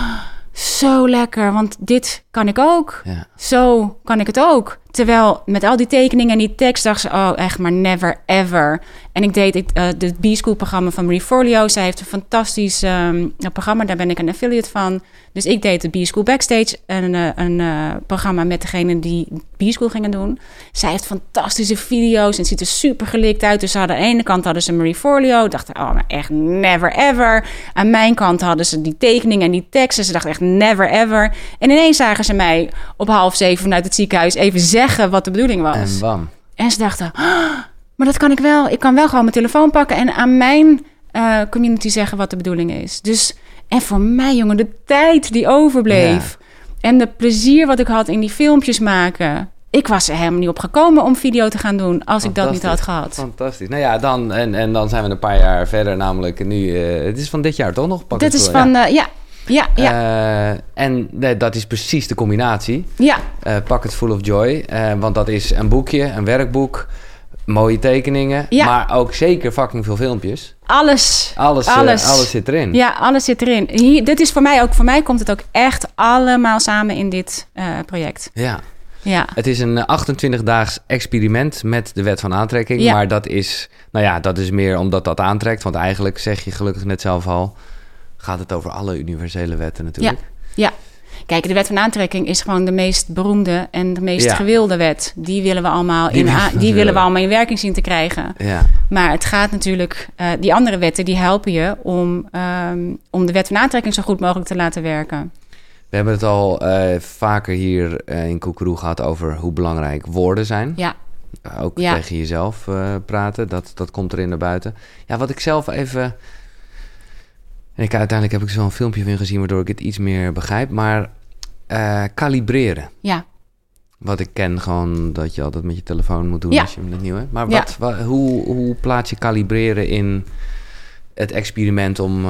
C: zo lekker, want dit kan ik ook. Ja. Zo kan ik het ook. Terwijl met al die tekeningen en die tekst dacht ze, oh, echt maar never ever. En ik deed het B-School-programma van Marie Forleo. Zij heeft een fantastisch programma, daar ben ik een affiliate van. Dus ik deed de B-School Backstage, een programma met degene die B-School gingen doen. Zij heeft fantastische video's en het ziet er super gelikt uit. Dus aan de ene kant hadden ze Marie Forleo. Dachten, oh, maar echt never ever. Aan mijn kant hadden ze die tekeningen en die teksten. Ze dachten echt never ever. En ineens zagen ze mij op 6:30 vanuit het ziekenhuis even zeggen wat de bedoeling was.
B: En bam.
C: En ze dachten, maar dat kan ik wel. Ik kan wel gewoon mijn telefoon pakken en aan mijn community zeggen wat de bedoeling is. Dus, en voor mij, jongen, de tijd die overbleef. Ja. En de plezier wat ik had in die filmpjes maken. Ik was er helemaal niet op gekomen om video te gaan doen als ik dat niet had gehad.
B: Fantastisch. Nou ja, dan zijn we een paar jaar verder. Namelijk nu, het is van dit jaar toch nog?
C: Dit is van,
B: Ja. En dat is precies de combinatie.
C: Ja.
B: Pocket Full of Joy. Want dat is een boekje, een werkboek, mooie tekeningen. Ja. Maar ook zeker fucking veel filmpjes.
C: Alles
B: zit erin.
C: Ja, alles zit erin. Dit is voor mij komt het ook echt allemaal samen in dit project.
B: Ja.
C: Ja.
B: Het is een 28-daags experiment met de wet van aantrekking. Ja. Maar dat is meer omdat dat aantrekt. Want eigenlijk zeg je gelukkig net zelf al, gaat het over alle universele wetten natuurlijk.
C: Ja. Kijk, de wet van aantrekking is gewoon de meest beroemde en de meest gewilde wet. Die willen we allemaal in werking zien te krijgen. Ja. Maar het gaat natuurlijk, die andere wetten die helpen je om de wet van aantrekking zo goed mogelijk te laten werken.
B: We hebben het al vaker hier in Koekeroe gehad over hoe belangrijk woorden zijn. Ja. Ook tegen jezelf praten, dat komt erin naar buiten. Ja, wat ik zelf even... En uiteindelijk heb ik zo'n filmpje van gezien waardoor ik het iets meer begrijp. Maar kalibreren.
C: Ja.
B: Wat ik ken gewoon dat je altijd met je telefoon moet doen als je hem net nieuw hebt. Maar hoe plaats je kalibreren in het experiment om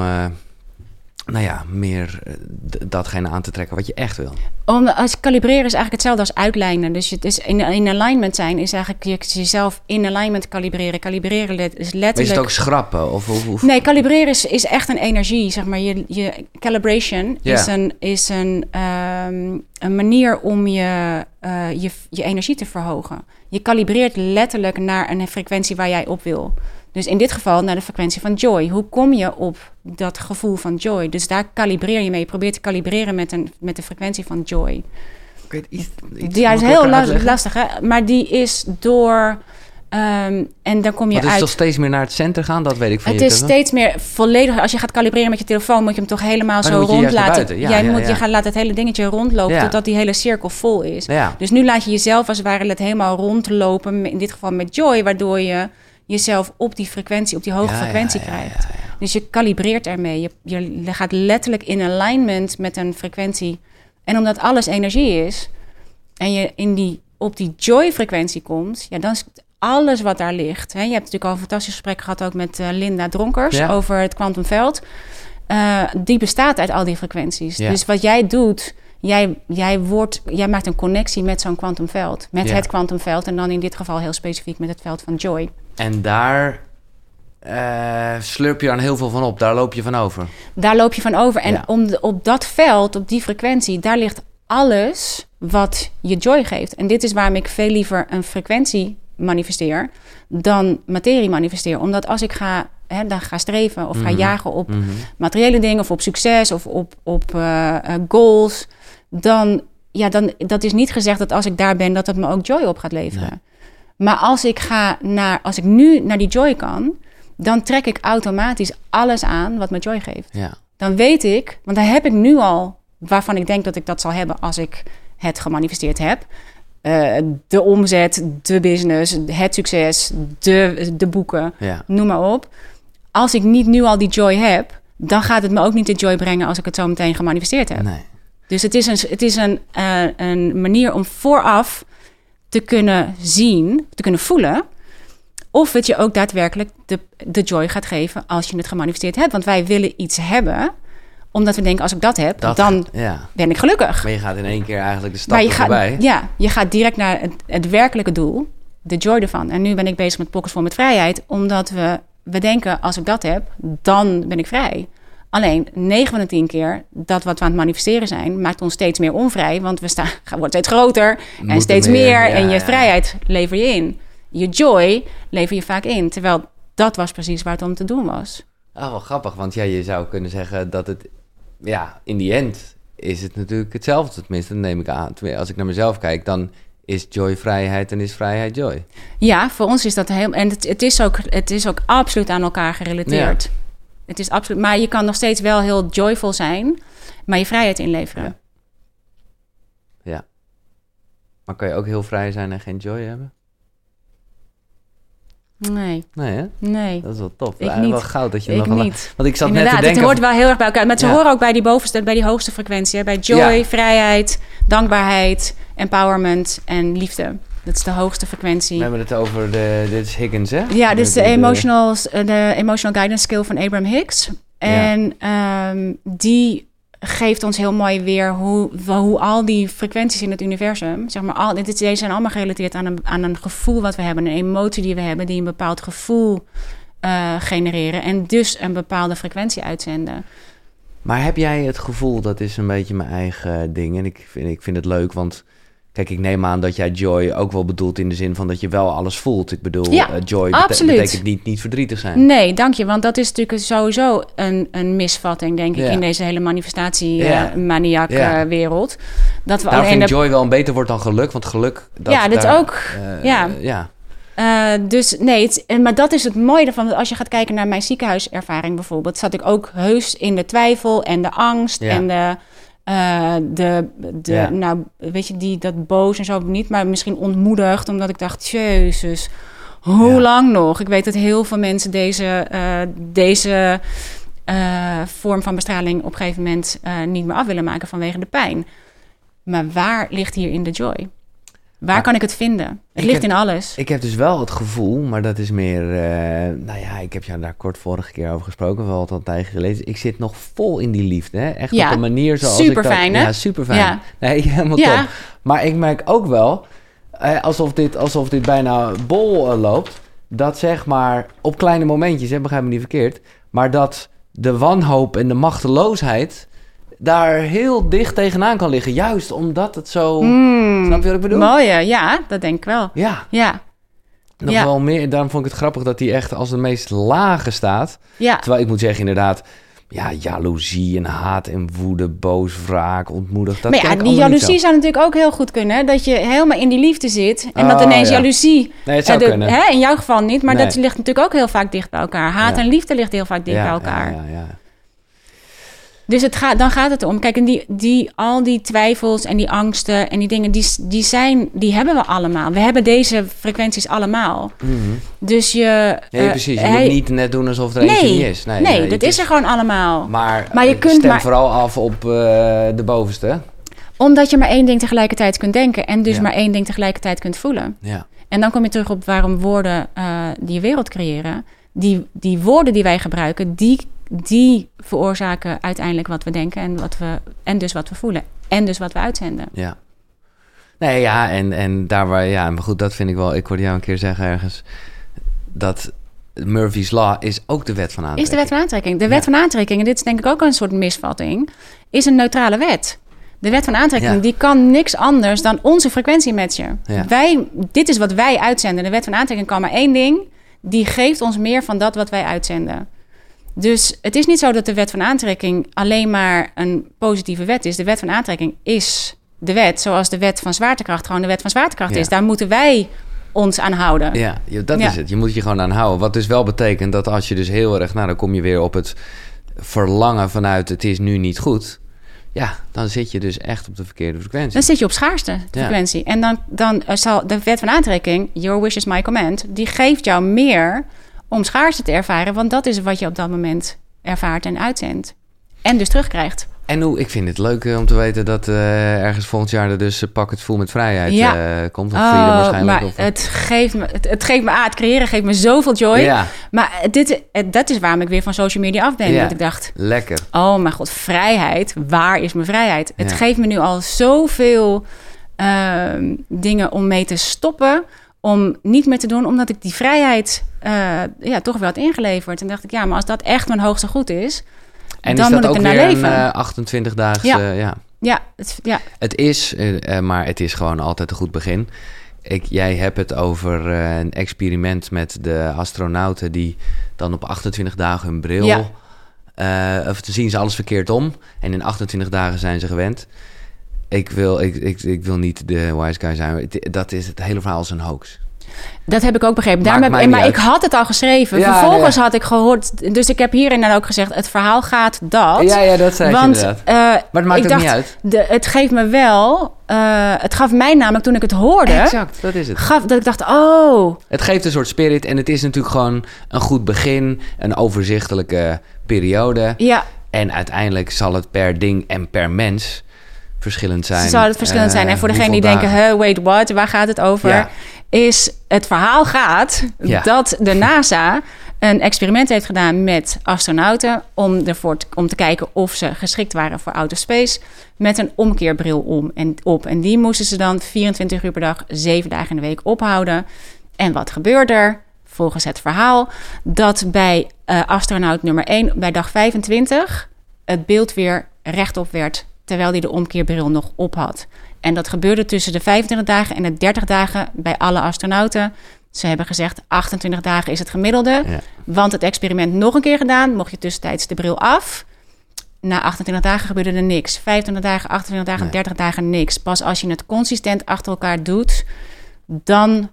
B: meer datgene aan te trekken wat je echt wil?
C: Als kalibreren is eigenlijk hetzelfde als uitlijnen. Dus het is in alignment zijn is eigenlijk jezelf in alignment kalibreren. Kalibreren is letterlijk...
B: Maar is het ook schrappen?
C: Nee, kalibreren is echt een energie. Zeg maar je calibration is een manier om je energie te verhogen. Je kalibreert letterlijk naar een frequentie waar jij op wil. Dus in dit geval naar de frequentie van joy. Hoe kom je op dat gevoel van joy? Dus daar kalibreer je mee. Je probeert te kalibreren met de frequentie van joy.
B: Okay,
C: is heel lastig, hè? Maar die is door... en dan kom je uit...
B: Het is toch steeds meer naar het center gaan? Dat weet ik van je.
C: Het is steeds meer volledig... Als je gaat kalibreren met je telefoon, moet je hem toch helemaal zo rond laten. Je gaat laten het hele dingetje rondlopen totdat die hele cirkel vol is. Ja. Dus nu laat je jezelf als het ware het helemaal rondlopen. In dit geval met joy, waardoor je jezelf op die frequentie, op die hoge frequentie krijgt. Ja. Dus je kalibreert ermee. Je gaat letterlijk in alignment met een frequentie. En omdat alles energie is en je op die joy-frequentie komt, dan is alles wat daar ligt. Hè? Je hebt natuurlijk al een fantastisch gesprek gehad ook met Linda Dronkers over het kwantumveld. Die bestaat uit al die frequenties. Ja. Dus wat jij doet, jij maakt een connectie met zo'n kwantumveld. Met het kwantumveld en dan in dit geval heel specifiek met het veld van joy.
B: En daar slurp je dan heel veel van op. Daar loop je van over.
C: Daar loop je van over. En op dat veld, op die frequentie, daar ligt alles wat je joy geeft. En dit is waarom ik veel liever een frequentie manifesteer dan materie manifesteer. Omdat als ik dan ga streven of ga jagen op materiële dingen of op succes of op goals, dan dat is niet gezegd dat als ik daar ben dat het me ook joy op gaat leveren. Nee. Maar als ik nu naar die joy kan, dan trek ik automatisch alles aan wat me joy geeft. Ja. Dan weet ik, want dan heb ik nu al waarvan ik denk dat ik dat zal hebben als ik het gemanifesteerd heb. De omzet, de business, het succes, de boeken, noem maar op. Als ik niet nu al die joy heb, dan gaat het me ook niet de joy brengen als ik het zo meteen gemanifesteerd heb. Nee. Dus het is een manier om vooraf te kunnen zien, te kunnen voelen of het je ook daadwerkelijk de joy gaat geven als je het gemanifesteerd hebt. Want wij willen iets hebben, omdat we denken, als ik dat heb, dan ben ik gelukkig.
B: Maar je gaat in één keer eigenlijk de stap erbij.
C: Ja, je gaat direct naar het werkelijke doel, de joy ervan. En nu ben ik bezig met Pockets Vol met Vrijheid, omdat we denken, als ik dat heb, dan ben ik vrij. Alleen 9 van de 10 keer dat wat we aan het manifesteren zijn, maakt ons steeds meer onvrij. Want we worden steeds groter en steeds meer. En je vrijheid lever je in. Je joy lever je vaak in. Terwijl dat was precies waar het om te doen was.
B: Oh, wel grappig. Want je zou kunnen zeggen dat het... Ja, in die end is het natuurlijk hetzelfde. Tenminste, dat neem ik aan. Als ik naar mezelf kijk, dan is joy vrijheid en is vrijheid joy.
C: Ja, voor ons is dat heel... En het is ook absoluut aan elkaar gerelateerd. Ja. Het is absoluut... Maar je kan nog steeds wel heel joyful zijn, maar je vrijheid inleveren.
B: Ja. Maar kan je ook heel vrij zijn en geen joy hebben?
C: Nee.
B: Nee, hè?
C: Nee.
B: Dat is wel tof.
C: Ik niet.
B: Wel goud dat je
C: ik
B: nog
C: niet.
B: Want ik zat
C: inderdaad,
B: net te denken...
C: het hoort wel heel erg bij elkaar. Maar ze horen ook bij die hoogste frequentie. Hè? Bij joy, vrijheid, dankbaarheid, empowerment en liefde. Dat is de hoogste frequentie.
B: We hebben het over dit is Higgins, hè?
C: Ja, dit is de emotional guidance skill van Abraham Hicks. En die geeft ons heel mooi weer hoe al die frequenties in het universum, zeg maar, deze zijn allemaal gerelateerd aan een gevoel wat we hebben, een emotie die we hebben, die een bepaald gevoel genereren en dus een bepaalde frequentie uitzenden.
B: Maar heb jij het gevoel, dat is een beetje mijn eigen ding en ik vind het leuk, want kijk, ik neem aan dat jij joy ook wel bedoelt in de zin van dat je wel alles voelt. Ik bedoel, joy betekent niet verdrietig zijn.
C: Nee, dank je. Want dat is natuurlijk sowieso een misvatting, denk ik, in deze hele manifestatie-maniak-wereld.
B: Daar vind ik joy wel een beter woord dan geluk, want geluk...
C: Dus nee, maar dat is het mooie ervan. Als je gaat kijken naar mijn ziekenhuiservaring bijvoorbeeld, zat ik ook heus in de twijfel en de angst en nou, weet je, dat boos en zo niet, maar misschien ontmoedigd, omdat ik dacht, jezus, hoe lang nog? Ik weet dat heel veel mensen deze vorm van bestraling op een gegeven moment niet meer af willen maken vanwege de pijn. Maar waar ligt hierin de joy? Waar kan ik het vinden? Het ligt in alles.
B: Ik heb dus wel het gevoel, maar dat is meer... ik heb jou daar kort vorige keer over gesproken. Wel al een tijdje geleden. Ik zit nog vol in die liefde. Hè? Echt op een manier zoals
C: super fijn, hè?
B: Ja, super fijn. Ja. Nee, helemaal top. Maar ik merk ook wel, alsof dit bijna bol loopt, dat zeg maar op kleine momentjes, begrijp me niet verkeerd, maar dat de wanhoop en de machteloosheid daar heel dicht tegenaan kan liggen. Juist omdat het zo... Snap je wat ik bedoel?
C: Mooi, ja, dat denk ik wel.
B: Ja. Nog wel meer. Daarom vond ik het grappig dat hij echt als de meest lage staat. Ja. Terwijl ik moet zeggen, inderdaad, jaloezie en haat en woede, boos, wraak, ontmoedigd.
C: Maar die jaloezie zou natuurlijk ook heel goed kunnen. Hè? Dat je helemaal in die liefde zit en dat ineens jaloezie...
B: Nee, het zou kunnen.
C: Hè? In jouw geval niet, maar dat ligt natuurlijk ook heel vaak dicht bij elkaar. Haat en liefde ligt heel vaak dicht bij elkaar. Ja. Dus dan gaat het om. Kijk, en al die twijfels en die angsten en die dingen, die hebben we allemaal. We hebben deze frequenties allemaal. Mm-hmm. Dus
B: precies. Je moet niet net doen alsof er eentje niet is.
C: Nee, dat is er gewoon allemaal.
B: Maar je kunt stem vooral af op de bovenste.
C: Omdat je maar één ding tegelijkertijd kunt denken en dus maar één ding tegelijkertijd kunt voelen. Ja. En dan kom je terug op waarom woorden die wereld creëren. Die woorden die wij gebruiken, die veroorzaken uiteindelijk wat we denken en dus wat we voelen. En dus wat we uitzenden.
B: Ja. Nee, en daar waar... Ja, maar goed, dat vind ik wel... Ik hoorde jou een keer zeggen ergens... dat Murphy's Law is ook de wet van aantrekking.
C: Is de wet van aantrekking. De wet van aantrekking, en dit is denk ik ook een soort misvatting, is een neutrale wet. De wet van aantrekking, die kan niks anders dan onze frequentie matchen. Ja. Dit is wat wij uitzenden. De wet van aantrekking kan maar één ding. Die geeft ons meer van dat wat wij uitzenden. Dus het is niet zo dat de wet van aantrekking alleen maar een positieve wet is. De wet van aantrekking is de wet, zoals de wet van zwaartekracht gewoon de wet van zwaartekracht is. Daar moeten wij ons aan houden.
B: Ja, dat is het. Je moet je gewoon aan houden. Wat dus wel betekent dat als je dus heel erg... dan kom je weer op het verlangen vanuit het is nu niet goed. Ja, dan zit je dus echt op de verkeerde frequentie.
C: Dan zit je op schaarste frequentie. En dan zal de wet van aantrekking, your wish is my command, die geeft jou meer om schaarste te ervaren, want dat is wat je op dat moment ervaart en uitzendt. En dus terugkrijgt.
B: En ik vind het leuk om te weten dat ergens volgend jaar er dus Pak het Voel met Vrijheid komt. Of Freedom waarschijnlijk.
C: Maar het creëren geeft me zoveel joy. Ja. Maar dat is waarom ik weer van social media af ben. Ja. Dat ik dacht,
B: lekker.
C: Oh mijn god, vrijheid. Waar is mijn vrijheid? Ja. Het geeft me nu al zoveel dingen om mee te stoppen. Om niet meer te doen, omdat ik die vrijheid toch wel had ingeleverd. En dacht ik, maar als dat echt mijn hoogste goed is,
B: en
C: dan
B: is dat
C: moet ik
B: ook
C: ernaar
B: weer
C: leven.
B: Een 28 dagen. Het is, maar het is gewoon altijd een goed begin. Jij hebt het over een experiment met de astronauten die dan op 28 dagen hun bril... of zien ze alles verkeerd om. En in 28 dagen zijn ze gewend. Ik wil niet de wise guy zijn. Dat is het hele verhaal is een hoax.
C: Dat heb ik ook begrepen. Maar ik had het al geschreven. Ja, vervolgens had ik gehoord... Dus ik heb hierin dan ook gezegd... het verhaal gaat dat.
B: Ja, dat zei je inderdaad. Maar het maakt ook niet uit.
C: Het geeft me wel... het gaf mij namelijk, toen ik het hoorde...
B: Exact, dat is het.
C: Dat ik dacht, oh...
B: Het geeft een soort spirit. En het is natuurlijk gewoon een goed begin. Een overzichtelijke periode.
C: Ja.
B: En uiteindelijk zal het per ding en per mens... verschillend zijn.
C: Zou het verschillend zijn. En voor degenen die denken... wait, what? Waar gaat het over? Ja. Is het verhaal gaat dat de NASA een experiment heeft gedaan met astronauten om te kijken of ze geschikt waren voor outer space met een omkeerbril op. En die moesten ze dan 24 uur per dag, 7 dagen in de week ophouden. En wat gebeurde er? Volgens het verhaal dat bij astronaut nummer 1 bij dag 25 het beeld weer rechtop werd terwijl hij de omkeerbril nog op had. En dat gebeurde tussen de 25 dagen en de 30 dagen bij alle astronauten. Ze hebben gezegd 28 dagen is het gemiddelde. Ja. Want het experiment nog een keer gedaan. Mocht je tussentijds de bril af. Na 28 dagen gebeurde er niks. 25 dagen, 28 dagen, 30 dagen niks. Pas als je het consistent achter elkaar doet... dan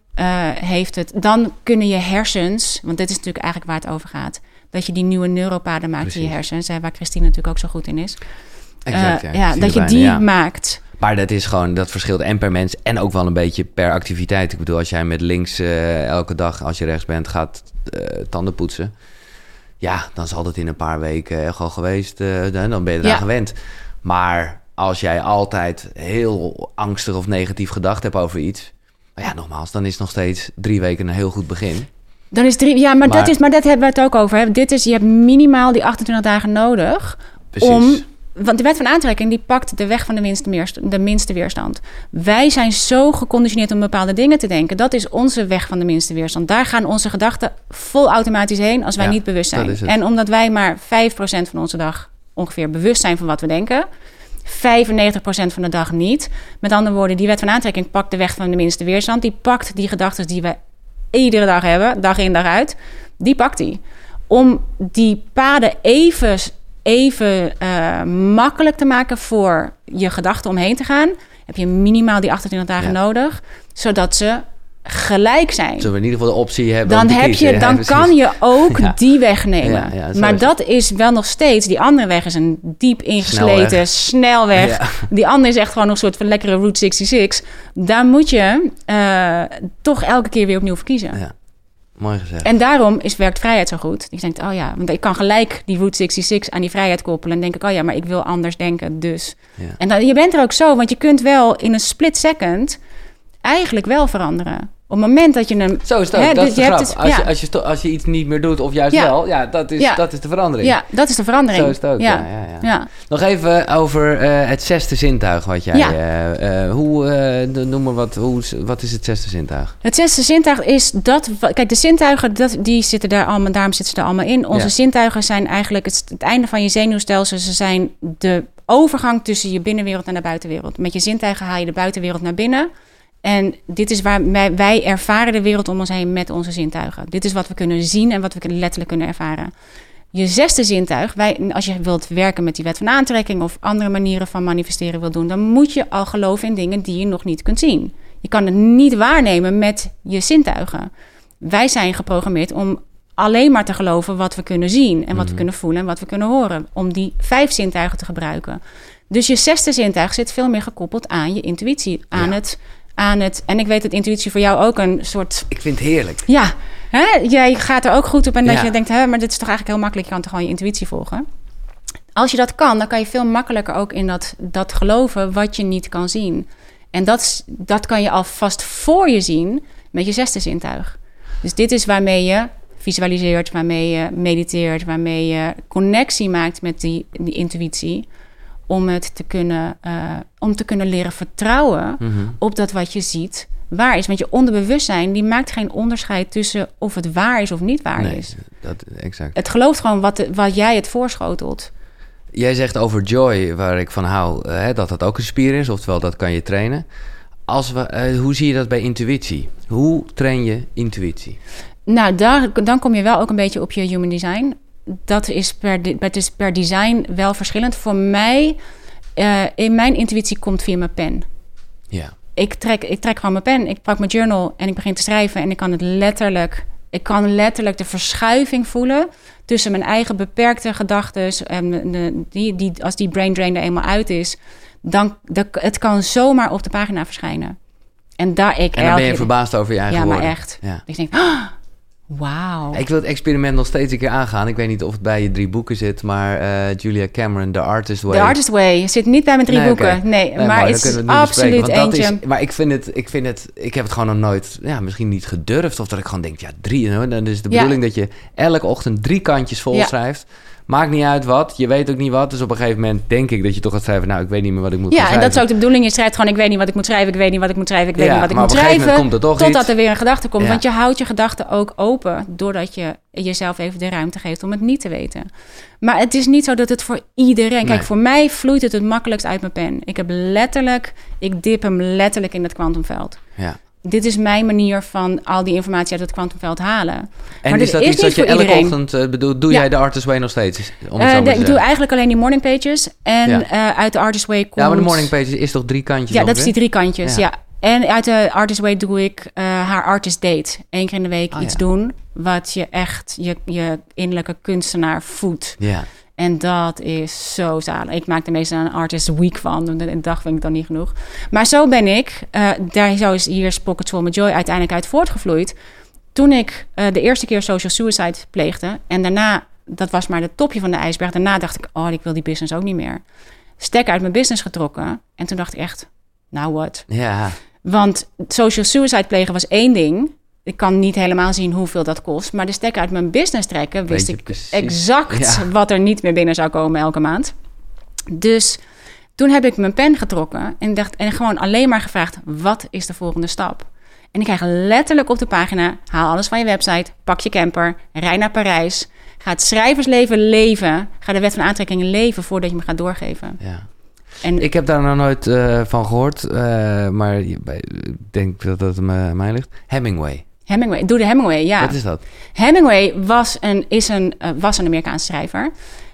C: kunnen je hersens... want dit is natuurlijk eigenlijk waar het over gaat... dat je die nieuwe neuropaden maakt in je hersens... waar Christine natuurlijk ook zo goed in is.
B: Exact,
C: dat je die maakt...
B: Maar dat is gewoon, dat verschilt en per mens en ook wel een beetje per activiteit. Ik bedoel, als jij met links elke dag, als je rechts bent, gaat tanden poetsen. Ja, dan zal dat in een paar weken echt al geweest. Dan ben je eraan gewend. Maar als jij altijd heel angstig of negatief gedacht hebt over iets. Nogmaals, dan is nog steeds 3 weken een heel goed begin.
C: Dan is 3, maar dat hebben we het ook over. Hè. Je hebt minimaal die 28 dagen nodig.
B: Precies.
C: Want de wet van aantrekking die pakt de weg van de minste weerstand. Wij zijn zo geconditioneerd om bepaalde dingen te denken. Dat is onze weg van de minste weerstand. Daar gaan onze gedachten vol automatisch heen als wij niet bewust zijn. En omdat wij maar 5% van onze dag ongeveer bewust zijn van wat we denken... 95% van de dag niet. Met andere woorden, die wet van aantrekking pakt de weg van de minste weerstand. Die pakt die gedachten die we iedere dag hebben, dag in dag uit. Die pakt die. Om die paden even makkelijk te maken voor je gedachten omheen te gaan... heb je minimaal die 28 dagen nodig, zodat ze gelijk zijn.
B: Zullen we in ieder geval de optie hebben
C: dan kan je ook die weg nemen. Maar dat is wel nog steeds... Die andere weg is een diep ingesleten snelweg. Ja. Die andere is echt gewoon nog een soort van lekkere Route 66. Daar moet je toch elke keer weer opnieuw voor kiezen.
B: Ja. Mooi gezegd.
C: En daarom werkt vrijheid zo goed. Ik denk, want ik kan gelijk die Route 66 aan die vrijheid koppelen. En denk ik, maar ik wil anders denken, dus. Ja. En je bent er ook zo, want je kunt wel in een split second eigenlijk wel veranderen. Op het moment dat je hem...
B: Zo is het ook, dat is de grap. Als je iets niet meer doet of juist wel, dat is de verandering.
C: Ja, dat is de verandering.
B: Zo is het ook, ja. Nog even over het zesde zintuig wat jij... noem maar wat is het zesde zintuig?
C: Het zesde zintuig is dat... Kijk, de zintuigen, die zitten daar allemaal... Daarom zitten ze er allemaal in. Onze zintuigen zijn eigenlijk het einde van je zenuwstelsel. Ze zijn de overgang tussen je binnenwereld en de buitenwereld. Met je zintuigen haal je de buitenwereld naar binnen... En dit is waar wij ervaren de wereld om ons heen met onze zintuigen. Dit is wat we kunnen zien en wat we letterlijk kunnen ervaren. Je zesde zintuig, als je wilt werken met die wet van aantrekking... of andere manieren van manifesteren wil doen... dan moet je al geloven in dingen die je nog niet kunt zien. Je kan het niet waarnemen met je zintuigen. Wij zijn geprogrammeerd om alleen maar te geloven wat we kunnen zien... en wat we kunnen voelen en wat we kunnen horen. Om die 5 zintuigen te gebruiken. Dus je zesde zintuig zit veel meer gekoppeld aan je intuïtie, aan het... En ik weet dat intuïtie voor jou ook een soort...
B: Ik vind het heerlijk.
C: Ja, jij gaat er ook goed op en dat je denkt... maar dit is toch eigenlijk heel makkelijk, je kan toch gewoon je intuïtie volgen. Als je dat kan, dan kan je veel makkelijker ook in dat geloven wat je niet kan zien. En dat kan je alvast voor je zien met je zesde zintuig. Dus dit is waarmee je visualiseert, waarmee je mediteert... waarmee je connectie maakt met die intuïtie... om te kunnen leren vertrouwen op dat wat je ziet waar is. Want je onderbewustzijn die maakt geen onderscheid tussen of het waar is of niet waar is.
B: Exact.
C: Het gelooft gewoon wat jij het voorschotelt.
B: Jij zegt over joy, waar ik van hou, dat dat ook een spier is, oftewel dat kan je trainen. Hoe zie je dat bij intuïtie? Hoe train je intuïtie?
C: Nou, dan kom je wel ook een beetje op je human design. Dat is per design wel verschillend. Voor mij, in mijn intuïtie komt via mijn pen.
B: Ja.
C: Ik trek gewoon mijn pen, ik pak mijn journal en ik begin te schrijven. En ik kan letterlijk de verschuiving voelen tussen mijn eigen beperkte gedachten. En als die brain drain er eenmaal uit is, het kan zomaar op de pagina verschijnen. En dan ben
B: je verbaasd over je eigen woorden.
C: Ja, maar echt.
B: Ja.
C: Ik denk, wauw.
B: Ik wil het experiment nog steeds een keer aangaan. Ik weet niet of het bij je 3 boeken zit, maar Julia Cameron, The Artist Way.
C: The Artist Way zit niet bij mijn 3 boeken. Okay. Nee, maar het is absoluut eentje.
B: Maar ik heb het gewoon nog nooit, misschien niet gedurfd. Of dat ik gewoon denk, 3. Dan is de bedoeling dat je elke ochtend 3 kantjes vol schrijft. Maakt niet uit wat, je weet ook niet wat. Dus op een gegeven moment denk ik dat je toch gaat schrijven... ik weet niet meer wat ik moet schrijven.
C: Ja, en dat is ook de bedoeling. Je schrijft gewoon, ik weet niet wat ik moet schrijven... ik weet niet wat ik moet schrijven, ik weet niet wat ik moet schrijven...
B: komt er toch
C: totdat er weer een gedachte komt. Ja. Want je houdt je gedachten ook open... doordat je jezelf even de ruimte geeft om het niet te weten. Maar het is niet zo dat het voor iedereen... Nee. Kijk, voor mij vloeit het makkelijkst uit mijn pen. Ik dip hem letterlijk in het kwantumveld. Ja. Dit is mijn manier van al die informatie uit het kwantumveld halen.
B: En maar is dat iets dat je elke ochtend bedoelt? Doe jij de Artist Way nog steeds?
C: Ik doe eigenlijk alleen die morning pages. En uit de Artist Way komt...
B: Ja, maar de morning pages is toch 3 kantjes?
C: Ja, dat is die 3 kantjes, ja. En uit de Artist Way doe ik haar artist date. 1 keer in de week iets doen... wat je echt je innerlijke kunstenaar voedt. Ja. En dat is zo zalig. Ik maak er meestal een artist week van. Een dag vind ik dan niet genoeg. Maar zo ben ik. Zo is hier Pockets Full of Joy uiteindelijk uit voortgevloeid. Toen ik de eerste keer social suicide pleegde. En daarna, dat was maar het topje van de ijsberg. Daarna dacht ik, ik wil die business ook niet meer. Stekker uit mijn business getrokken. En toen dacht ik echt, nou wat? Ja. Want social suicide plegen was 1 ding... Ik kan niet helemaal zien hoeveel dat kost. Maar de stekker uit mijn business trekken... wist ik exact wat er niet meer binnen zou komen elke maand. Dus toen heb ik mijn pen getrokken... en gewoon alleen maar gevraagd... wat is de volgende stap? En ik krijg letterlijk op de pagina... haal alles van je website, pak je camper... rij naar Parijs... ga het schrijversleven leven... ga de wet van aantrekking leven... voordat je me gaat doorgeven. Ja.
B: En ik heb daar nog nooit van gehoord... maar ik denk dat het mij ligt. Hemingway,
C: doe de Hemingway, ja.
B: Wat is dat?
C: Hemingway was een Amerikaanse schrijver.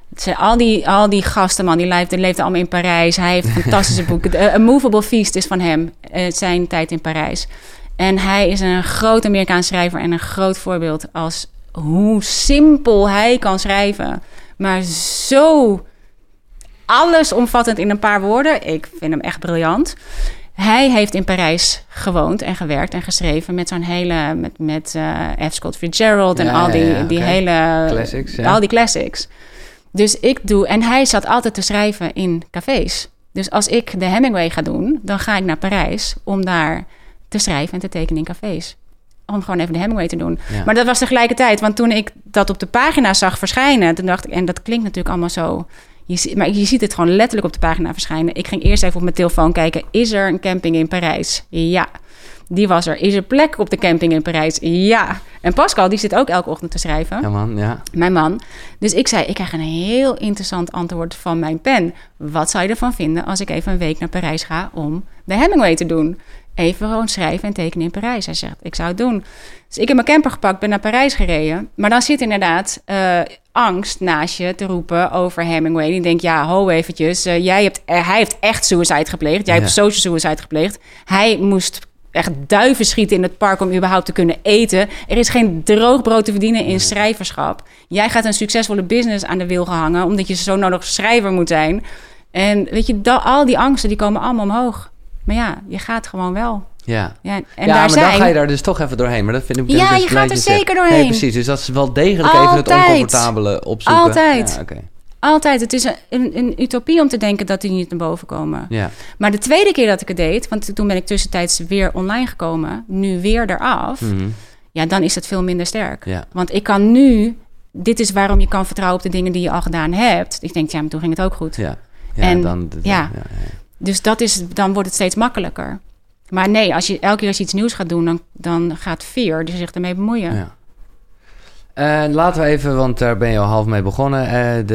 C: Al die gasten, man, die leefden allemaal in Parijs. Hij heeft fantastische boeken. A Movable Feast is van hem, zijn tijd in Parijs. En hij is een groot Amerikaanse schrijver en een groot voorbeeld als hoe simpel hij kan schrijven. Maar zo allesomvattend in een paar woorden. Ik vind hem echt briljant. Hij heeft in Parijs gewoond en gewerkt en geschreven met zo'n hele... met F. Scott Fitzgerald en al die hele...
B: Classics,
C: al die classics. Dus en hij zat altijd te schrijven in cafés. Dus als ik de Hemingway ga doen, dan ga ik naar Parijs om daar te schrijven en te tekenen in cafés. om gewoon even de Hemingway te doen.
B: Ja.
C: Maar dat was tegelijkertijd, want toen ik dat op de pagina zag verschijnen, toen dacht ik, en dat klinkt natuurlijk allemaal zo... Maar je ziet het gewoon letterlijk op de pagina verschijnen. Ik ging eerst even op mijn telefoon kijken, is er een camping in Parijs? Ja. Die was er. Is er plek op de camping in Parijs? Ja. En Pascal, die zit ook elke ochtend te schrijven.
B: Ja, man, ja.
C: Mijn man. Dus ik zei, ik krijg een heel interessant antwoord van mijn pen. Wat zou je ervan vinden als ik even een week naar Parijs ga om de Hemingway te doen? Even gewoon schrijven en tekenen in Parijs. Hij zegt, ik zou het doen. Dus ik heb mijn camper gepakt, ben naar Parijs gereden. Maar dan zit inderdaad angst naast je te roepen over Hemingway. Die denkt, ja, ho eventjes. Hij heeft echt suicide gepleegd. Jij hebt social suicide gepleegd. Hij moest echt duiven schieten in het park om überhaupt te kunnen eten. Er is geen droog brood te verdienen in schrijverschap. Jij gaat een succesvolle business aan de wil gehangen, omdat je zo nodig schrijver moet zijn. En weet je, al die angsten die komen allemaal omhoog. Maar ja, je gaat gewoon wel.
B: Ja,
C: en
B: ja, maar dan ga je daar dus toch even doorheen. Maar dat vind ik
C: ja, je gaat er zeker doorheen.
B: Nee, precies. Dus dat is wel degelijk even het oncomfortabele opzoeken.
C: Altijd.
B: Ja, okay.
C: Altijd. Het is een utopie om te denken dat die niet naar boven komen.
B: Ja.
C: Maar de tweede keer dat ik het deed, want toen ben ik tussentijds weer online gekomen, nu weer eraf, ja, dan is het veel minder sterk. Ja. Want ik kan nu, dit is waarom je kan vertrouwen op de dingen die je al gedaan hebt. Ik denk, ja, maar toen ging het ook goed.
B: Ja.
C: Ja, dus dan wordt het steeds makkelijker. Maar nee, als je elke keer eens iets nieuws gaat doen, dan gaat fear zich ermee bemoeien.
B: Ja. Laten we even, want daar ben je al half mee begonnen.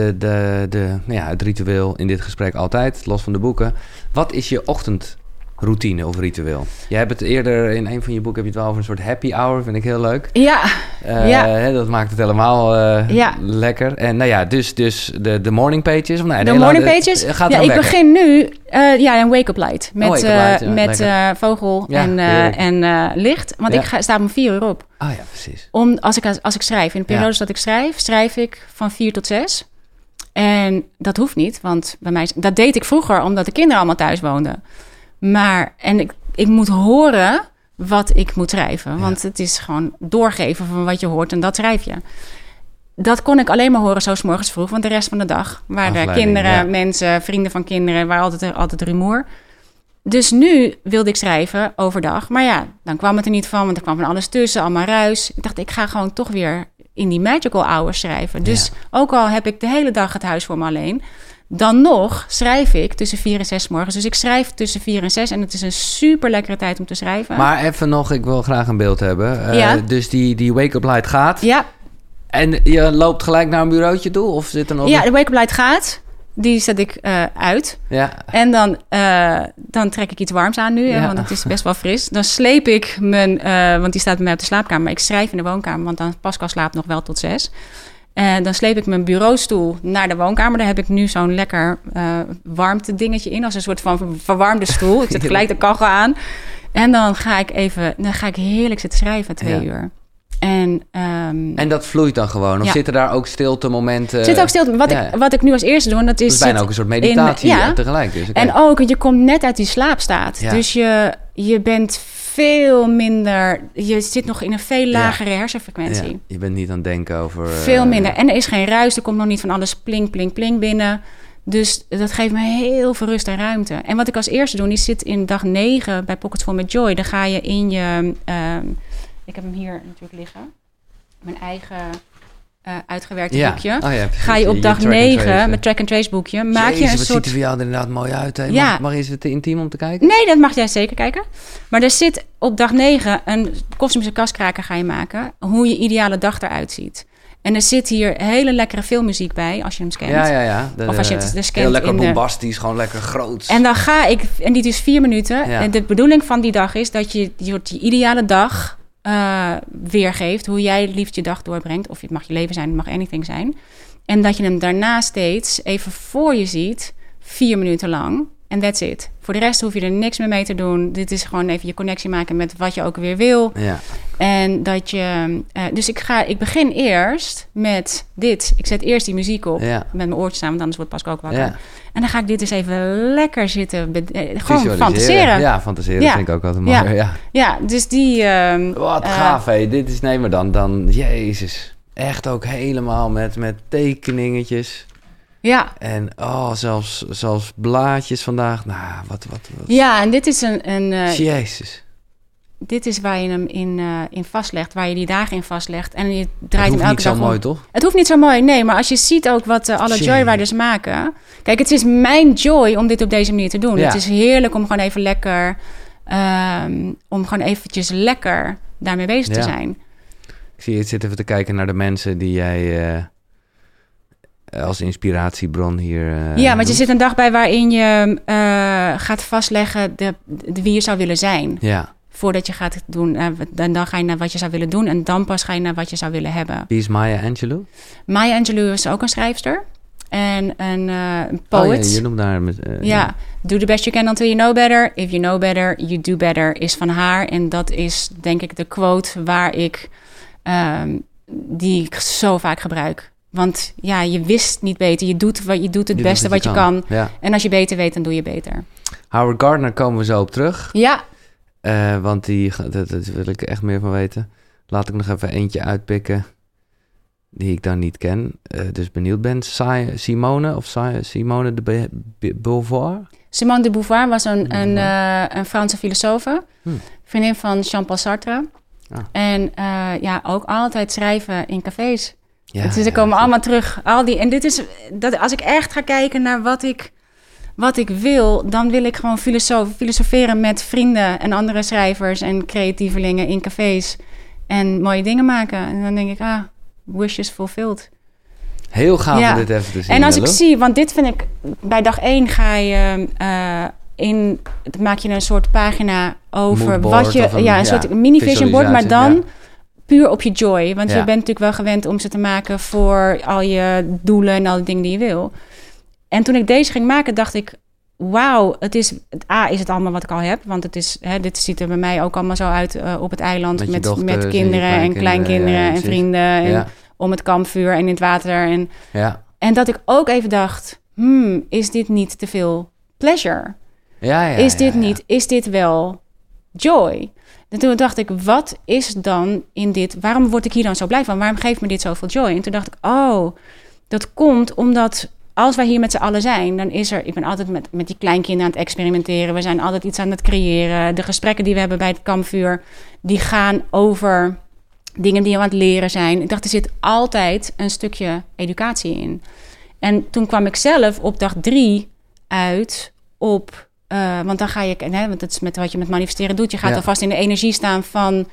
B: Het ritueel in dit gesprek altijd, los van de boeken. Wat is je ochtendroutine of ritueel? Jij hebt het eerder, in een van je boeken heb je het wel over een soort happy hour, vind ik heel leuk.
C: Ja.
B: Dat maakt het helemaal lekker. En nou ja, dus de morning pages. Of,
C: de morning pages?
B: Gaat
C: ik begin nu een wake-up light. Met vogel
B: ja,
C: en licht. Want ik sta om 4 uur op.
B: Ah ja, precies.
C: Als ik schrijf, in de periodes dat ik schrijf ik van 4 tot 6. En dat hoeft niet, want bij mij dat deed ik vroeger omdat de kinderen allemaal thuis woonden. En ik moet horen wat ik moet schrijven. Want het is gewoon doorgeven van wat je hoort en dat schrijf je. Dat kon ik alleen maar horen 's morgens vroeg. Want de rest van de dag waren er kinderen, mensen, vrienden van kinderen, waren altijd rumoer. Dus nu wilde ik schrijven overdag. Maar ja, dan kwam het er niet van, want er kwam van alles tussen, allemaal ruis. Ik dacht, ik ga gewoon toch weer in die magical hours schrijven. Dus ook al heb ik de hele dag het huis voor me alleen, dan nog schrijf ik tussen 4 en 6 morgens. Dus ik schrijf tussen 4 en 6 en het is een super lekkere tijd om te schrijven.
B: Maar even nog, ik wil graag een beeld hebben. Dus die wake-up light gaat.
C: Ja.
B: En je loopt gelijk naar een bureautje toe? Of zit er nog
C: de wake-up light gaat. Die zet ik uit.
B: Ja.
C: En dan trek ik iets warms aan nu, want het is best wel fris. Dan sleep ik want die staat bij mij op de slaapkamer. Maar ik schrijf in de woonkamer, want dan Pascal slaapt nog wel tot 6. En dan sleep ik mijn bureaustoel naar de woonkamer. Daar heb ik nu zo'n lekker warmte dingetje in, als een soort van verwarmde stoel. Ik zet gelijk de kachel aan. En dan ga ik heerlijk zitten schrijven 2 uur. En
B: dat vloeit dan gewoon? Of zitten daar ook stilte momenten?
C: Er zit ook stilte. Wat ik nu als eerste doe, dat is
B: bijna ook een soort meditatie tegelijk. Dus,
C: En ook, je komt net uit die slaapstaat. Ja. Dus je bent veel minder. Je zit nog in een veel lagere hersenfrequentie.
B: Ja. Je bent niet aan het denken over.
C: Veel minder. En er is geen ruis. Er komt nog niet van alles pling, pling, pling binnen. Dus dat geeft me heel veel rust en ruimte. En wat ik als eerste doe, die zit in dag 9 bij Pockets Full with Joy. Dan ga je in je. Ik heb hem hier natuurlijk liggen. Mijn eigen uitgewerkte boekje.
B: Oh ja,
C: ga je op dag 9 met track and trace boekje. Maak je een soort.
B: Ziet er voor jou er inderdaad mooi uit. Hè?
C: Ja.
B: Mag is het te intiem om te kijken?
C: Nee, dat mag jij zeker kijken. Maar er zit op dag 9 een kosmische kaskraker ga je maken. Hoe je ideale dag eruit ziet. En er zit hier hele lekkere filmmuziek bij, als je hem scant.
B: Ja.
C: Of als je het scant.
B: Heel lekker bombastisch, gewoon lekker groot.
C: En dan ga ik, en dit is 4 minuten. Ja. En de bedoeling van die dag is dat je die ideale dag weergeeft. Hoe jij het liefst je dag doorbrengt. Of het mag je leven zijn, het mag anything zijn. En dat je hem daarna steeds even voor je ziet, 4 minuten lang. En that's it. Voor de rest hoef je er niks meer mee te doen. Dit is gewoon even je connectie maken met wat je ook weer wil.
B: Ja.
C: En dat je. Dus ik begin eerst met dit. Ik zet eerst die muziek op. Ja. Met mijn oortjes aan, want anders wordt Pascal ook wakker. Ja. En dan ga ik dit eens even lekker zitten. Gewoon fantaseren.
B: Ja, fantaseren vind ik ook altijd mooi.
C: Ja, dus die.
B: Wat gaaf, hé. Dit is, nee, maar dan. Jezus. Echt ook helemaal met tekeningetjes.
C: Ja.
B: En zelfs blaadjes vandaag. Nou, wat.
C: Ja, en dit is een
B: Jezus.
C: dit is waar je hem in vastlegt, waar je die dagen in vastlegt. En je
B: Het
C: draait hem
B: hoeft
C: elke
B: niet
C: dag
B: zo
C: om.
B: mooi, toch?
C: Het hoeft niet zo mooi, nee. Maar als je ziet ook wat alle
B: Shit.
C: Joyriders maken. Kijk, het is mijn joy om dit op deze manier te doen.
B: Ja.
C: Het is heerlijk om gewoon even lekker... om gewoon eventjes lekker daarmee bezig te zijn.
B: Ik zie je zit even te kijken naar de mensen die jij als inspiratiebron hier...
C: Ja, want je
B: noemt.
C: zit een dag bij waarin je gaat vastleggen wie je zou willen zijn.
B: Ja.
C: Voordat je gaat doen. Dan ga je naar wat je zou willen doen. En dan pas ga je naar wat je zou willen hebben.
B: Wie is Maya Angelou?
C: Maya Angelou is ook een schrijfster. En een poet.
B: Oh, ja, je noemt daar...
C: Ja, do the best you can until you know better. If you know better, you do better is van haar. En dat is denk ik de quote waar die ik zo vaak gebruik. Want ja, je wist niet beter. Je doet het beste wat je kan.
B: Ja.
C: En als je beter weet, dan doe je beter.
B: Howard Gardner komen we zo op terug.
C: Ja,
B: Want dat wil ik echt meer van weten. Laat ik nog even eentje uitpikken die ik dan niet ken. Dus benieuwd ben. Simone de Beauvoir?
C: Simone de Beauvoir was een Franse filosofe. Vriendin van Jean-Paul Sartre.
B: Ah.
C: En ook altijd schrijven in cafés.
B: Ja,
C: dus er komen allemaal terug. En dit is dat als ik echt ga kijken naar wat ik wil, dan wil ik gewoon filosoferen met vrienden en andere schrijvers en creatievelingen in cafés en mooie dingen maken. En dan denk ik, wishes fulfilled.
B: Heel gaaf
C: Ja.
B: om dit even te zien.
C: En als ik
B: Lelo.
C: zie, want dit vind ik, bij dag 1 ga je maak je een soort pagina over
B: Moodboard
C: wat je,
B: of
C: een soort mini vision board, maar
B: visualisatie,
C: dan puur op je joy. Want
B: Ja.
C: je bent natuurlijk wel gewend om ze te maken voor al je doelen en al die dingen die je wil. En toen ik deze ging maken, dacht ik, wauw, is het allemaal wat ik al heb. Want het is, dit ziet er bij mij ook allemaal zo uit op het eiland
B: Met je
C: met
B: dochters en je
C: kinderen en kleinkinderen
B: ja,
C: en
B: precies.
C: vrienden en
B: Ja.
C: om het kampvuur en in het water. En dat ik ook even dacht, is dit niet te veel pleasure? Is dit wel joy? En toen dacht ik, wat is dan in dit? Waarom word ik hier dan zo blij van? Waarom geeft me dit zoveel joy? En toen dacht ik, dat komt omdat als wij hier met z'n allen zijn, dan is er... Ik ben altijd met die kleinkinderen aan het experimenteren. We zijn altijd iets aan het creëren. De gesprekken die we hebben bij het kampvuur, die gaan over dingen die we aan het leren zijn. Ik dacht, er zit altijd een stukje educatie in. En toen kwam ik zelf op dag 3 uit op... want dan ga je... want dat is met wat je met manifesteren doet. Je gaat alvast in de energie staan van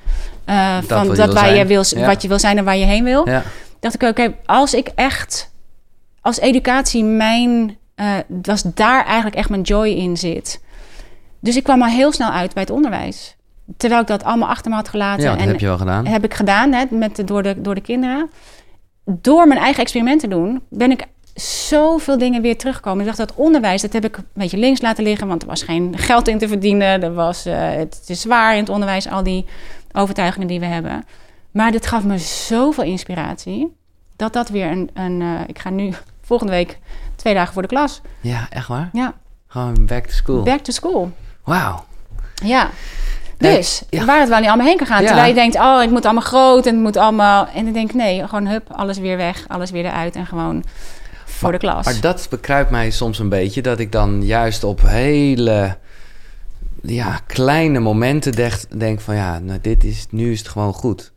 C: wat je wil zijn en waar je heen wil.
B: Ja.
C: Dacht ik, oké, als ik echt... Als educatie was daar eigenlijk echt mijn joy in zit. Dus ik kwam al heel snel uit bij het onderwijs. Terwijl ik dat allemaal achter me had gelaten.
B: Ja, dat heb je wel gedaan.
C: Heb ik gedaan, door de kinderen. Door mijn eigen experiment te doen, ben ik zoveel dingen weer teruggekomen. Ik dacht, dat onderwijs, dat heb ik een beetje links laten liggen, want er was geen geld in te verdienen. Het is zwaar in het onderwijs, al die overtuigingen die we hebben. Maar dit gaf me zoveel inspiratie, dat weer ik ga nu volgende week 2 dagen voor de klas.
B: Ja, echt waar?
C: Ja.
B: Gewoon back to school.
C: Back to school.
B: Wauw.
C: Ja. Dus, waar het wel niet allemaal heen kan gaan.
B: Ja.
C: Terwijl je denkt, het moet allemaal groot en het moet allemaal... En dan denk ik, nee, gewoon alles weer weg, alles weer eruit en gewoon voor de klas.
B: Maar dat bekruipt mij soms een beetje, dat ik dan juist op hele kleine momenten denk van nu is het gewoon goed.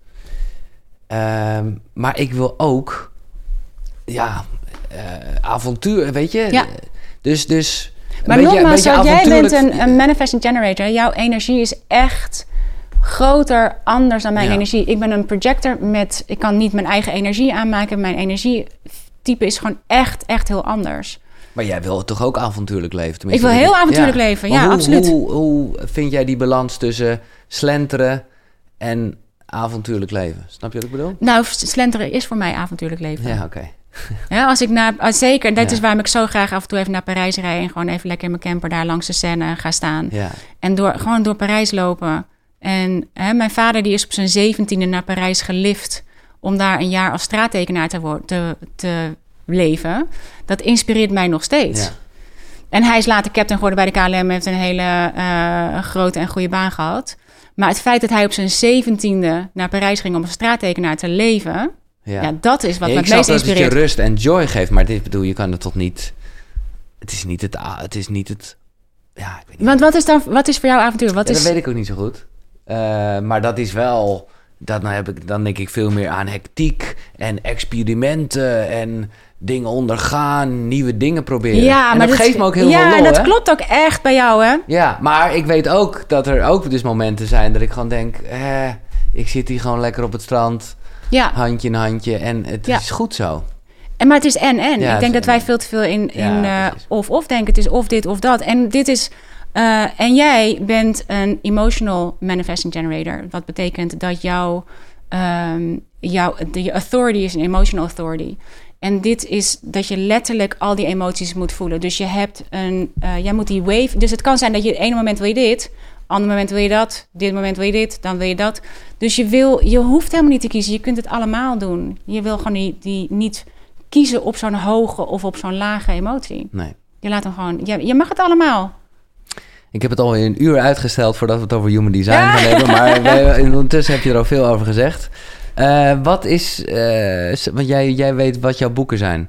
B: Maar ik wil ook avontuur, weet je?
C: Ja.
B: Dus
C: maar nogmaals, jij bent een manifesting generator. Jouw energie is echt groter, anders dan mijn energie. Ik ben een projector ik kan niet mijn eigen energie aanmaken. Mijn energietype is gewoon echt heel anders.
B: Maar jij wil toch ook avontuurlijk leven?
C: Ik wil heel avontuurlijk leven, absoluut.
B: Hoe vind jij die balans tussen slenteren en avontuurlijk leven? Snap je wat ik bedoel?
C: Nou, slenteren is voor mij avontuurlijk leven.
B: Ja, oké.
C: Ja, als ik zeker, dat is waarom ik zo graag af en toe even naar Parijs rijd en gewoon even lekker in mijn camper daar langs de Seine ga staan.
B: Ja.
C: En gewoon door Parijs lopen. En mijn vader die is op zijn 17e naar Parijs gelift om daar een jaar als straattekenaar te leven. Dat inspireert mij nog steeds.
B: Ja.
C: En hij is later captain geworden bij de KLM, heeft een hele grote en goede baan gehad. Maar het feit dat hij op zijn 17e naar Parijs ging om als straattekenaar te leven... Ja, dat is wat me het meest inspireert.
B: Ik snap dat het je rust en joy geeft, maar dit bedoel, je kan het toch niet... Het is niet het... Ja, ik weet niet.
C: Want wat is voor jou avontuur?
B: Dat weet ik ook niet zo goed. Maar dat is wel... Dan denk ik veel meer aan hectiek en experimenten en dingen ondergaan, nieuwe dingen proberen.
C: Ja,
B: en
C: maar
B: dat geeft me ook heel veel lol,
C: Ja, en dat
B: hè?
C: klopt ook echt bij jou, hè?
B: Ja, maar ik weet ook dat er ook dus momenten zijn dat ik gewoon denk... ik zit hier gewoon lekker op het strand,
C: Ja.
B: handje in handje en het is goed zo.
C: Maar het is en.
B: Ja,
C: Ik
B: het
C: denk
B: is
C: dat wij
B: en.
C: veel te veel in
B: precies.
C: of denken. Het is of dit of dat. En dit is... en jij bent een emotional manifesting generator. Wat betekent dat jouw authority is een emotional authority. En dit is dat je letterlijk al die emoties moet voelen. Dus je hebt jij moet die wave... Dus het kan zijn dat je het ene moment wil je dit... ander moment wil je dat, dit moment wil je dit, dan wil je dat. Dus je hoeft helemaal niet te kiezen. Je kunt het allemaal doen. Je wil gewoon die niet kiezen op zo'n hoge of op zo'n lage emotie.
B: Nee.
C: Je laat hem gewoon... Je mag het allemaal.
B: Ik heb het alweer een uur uitgesteld voordat we het over human design gaan hebben. Maar ondertussen heb je er al veel over gezegd. Wat is... want jij weet wat jouw boeken zijn.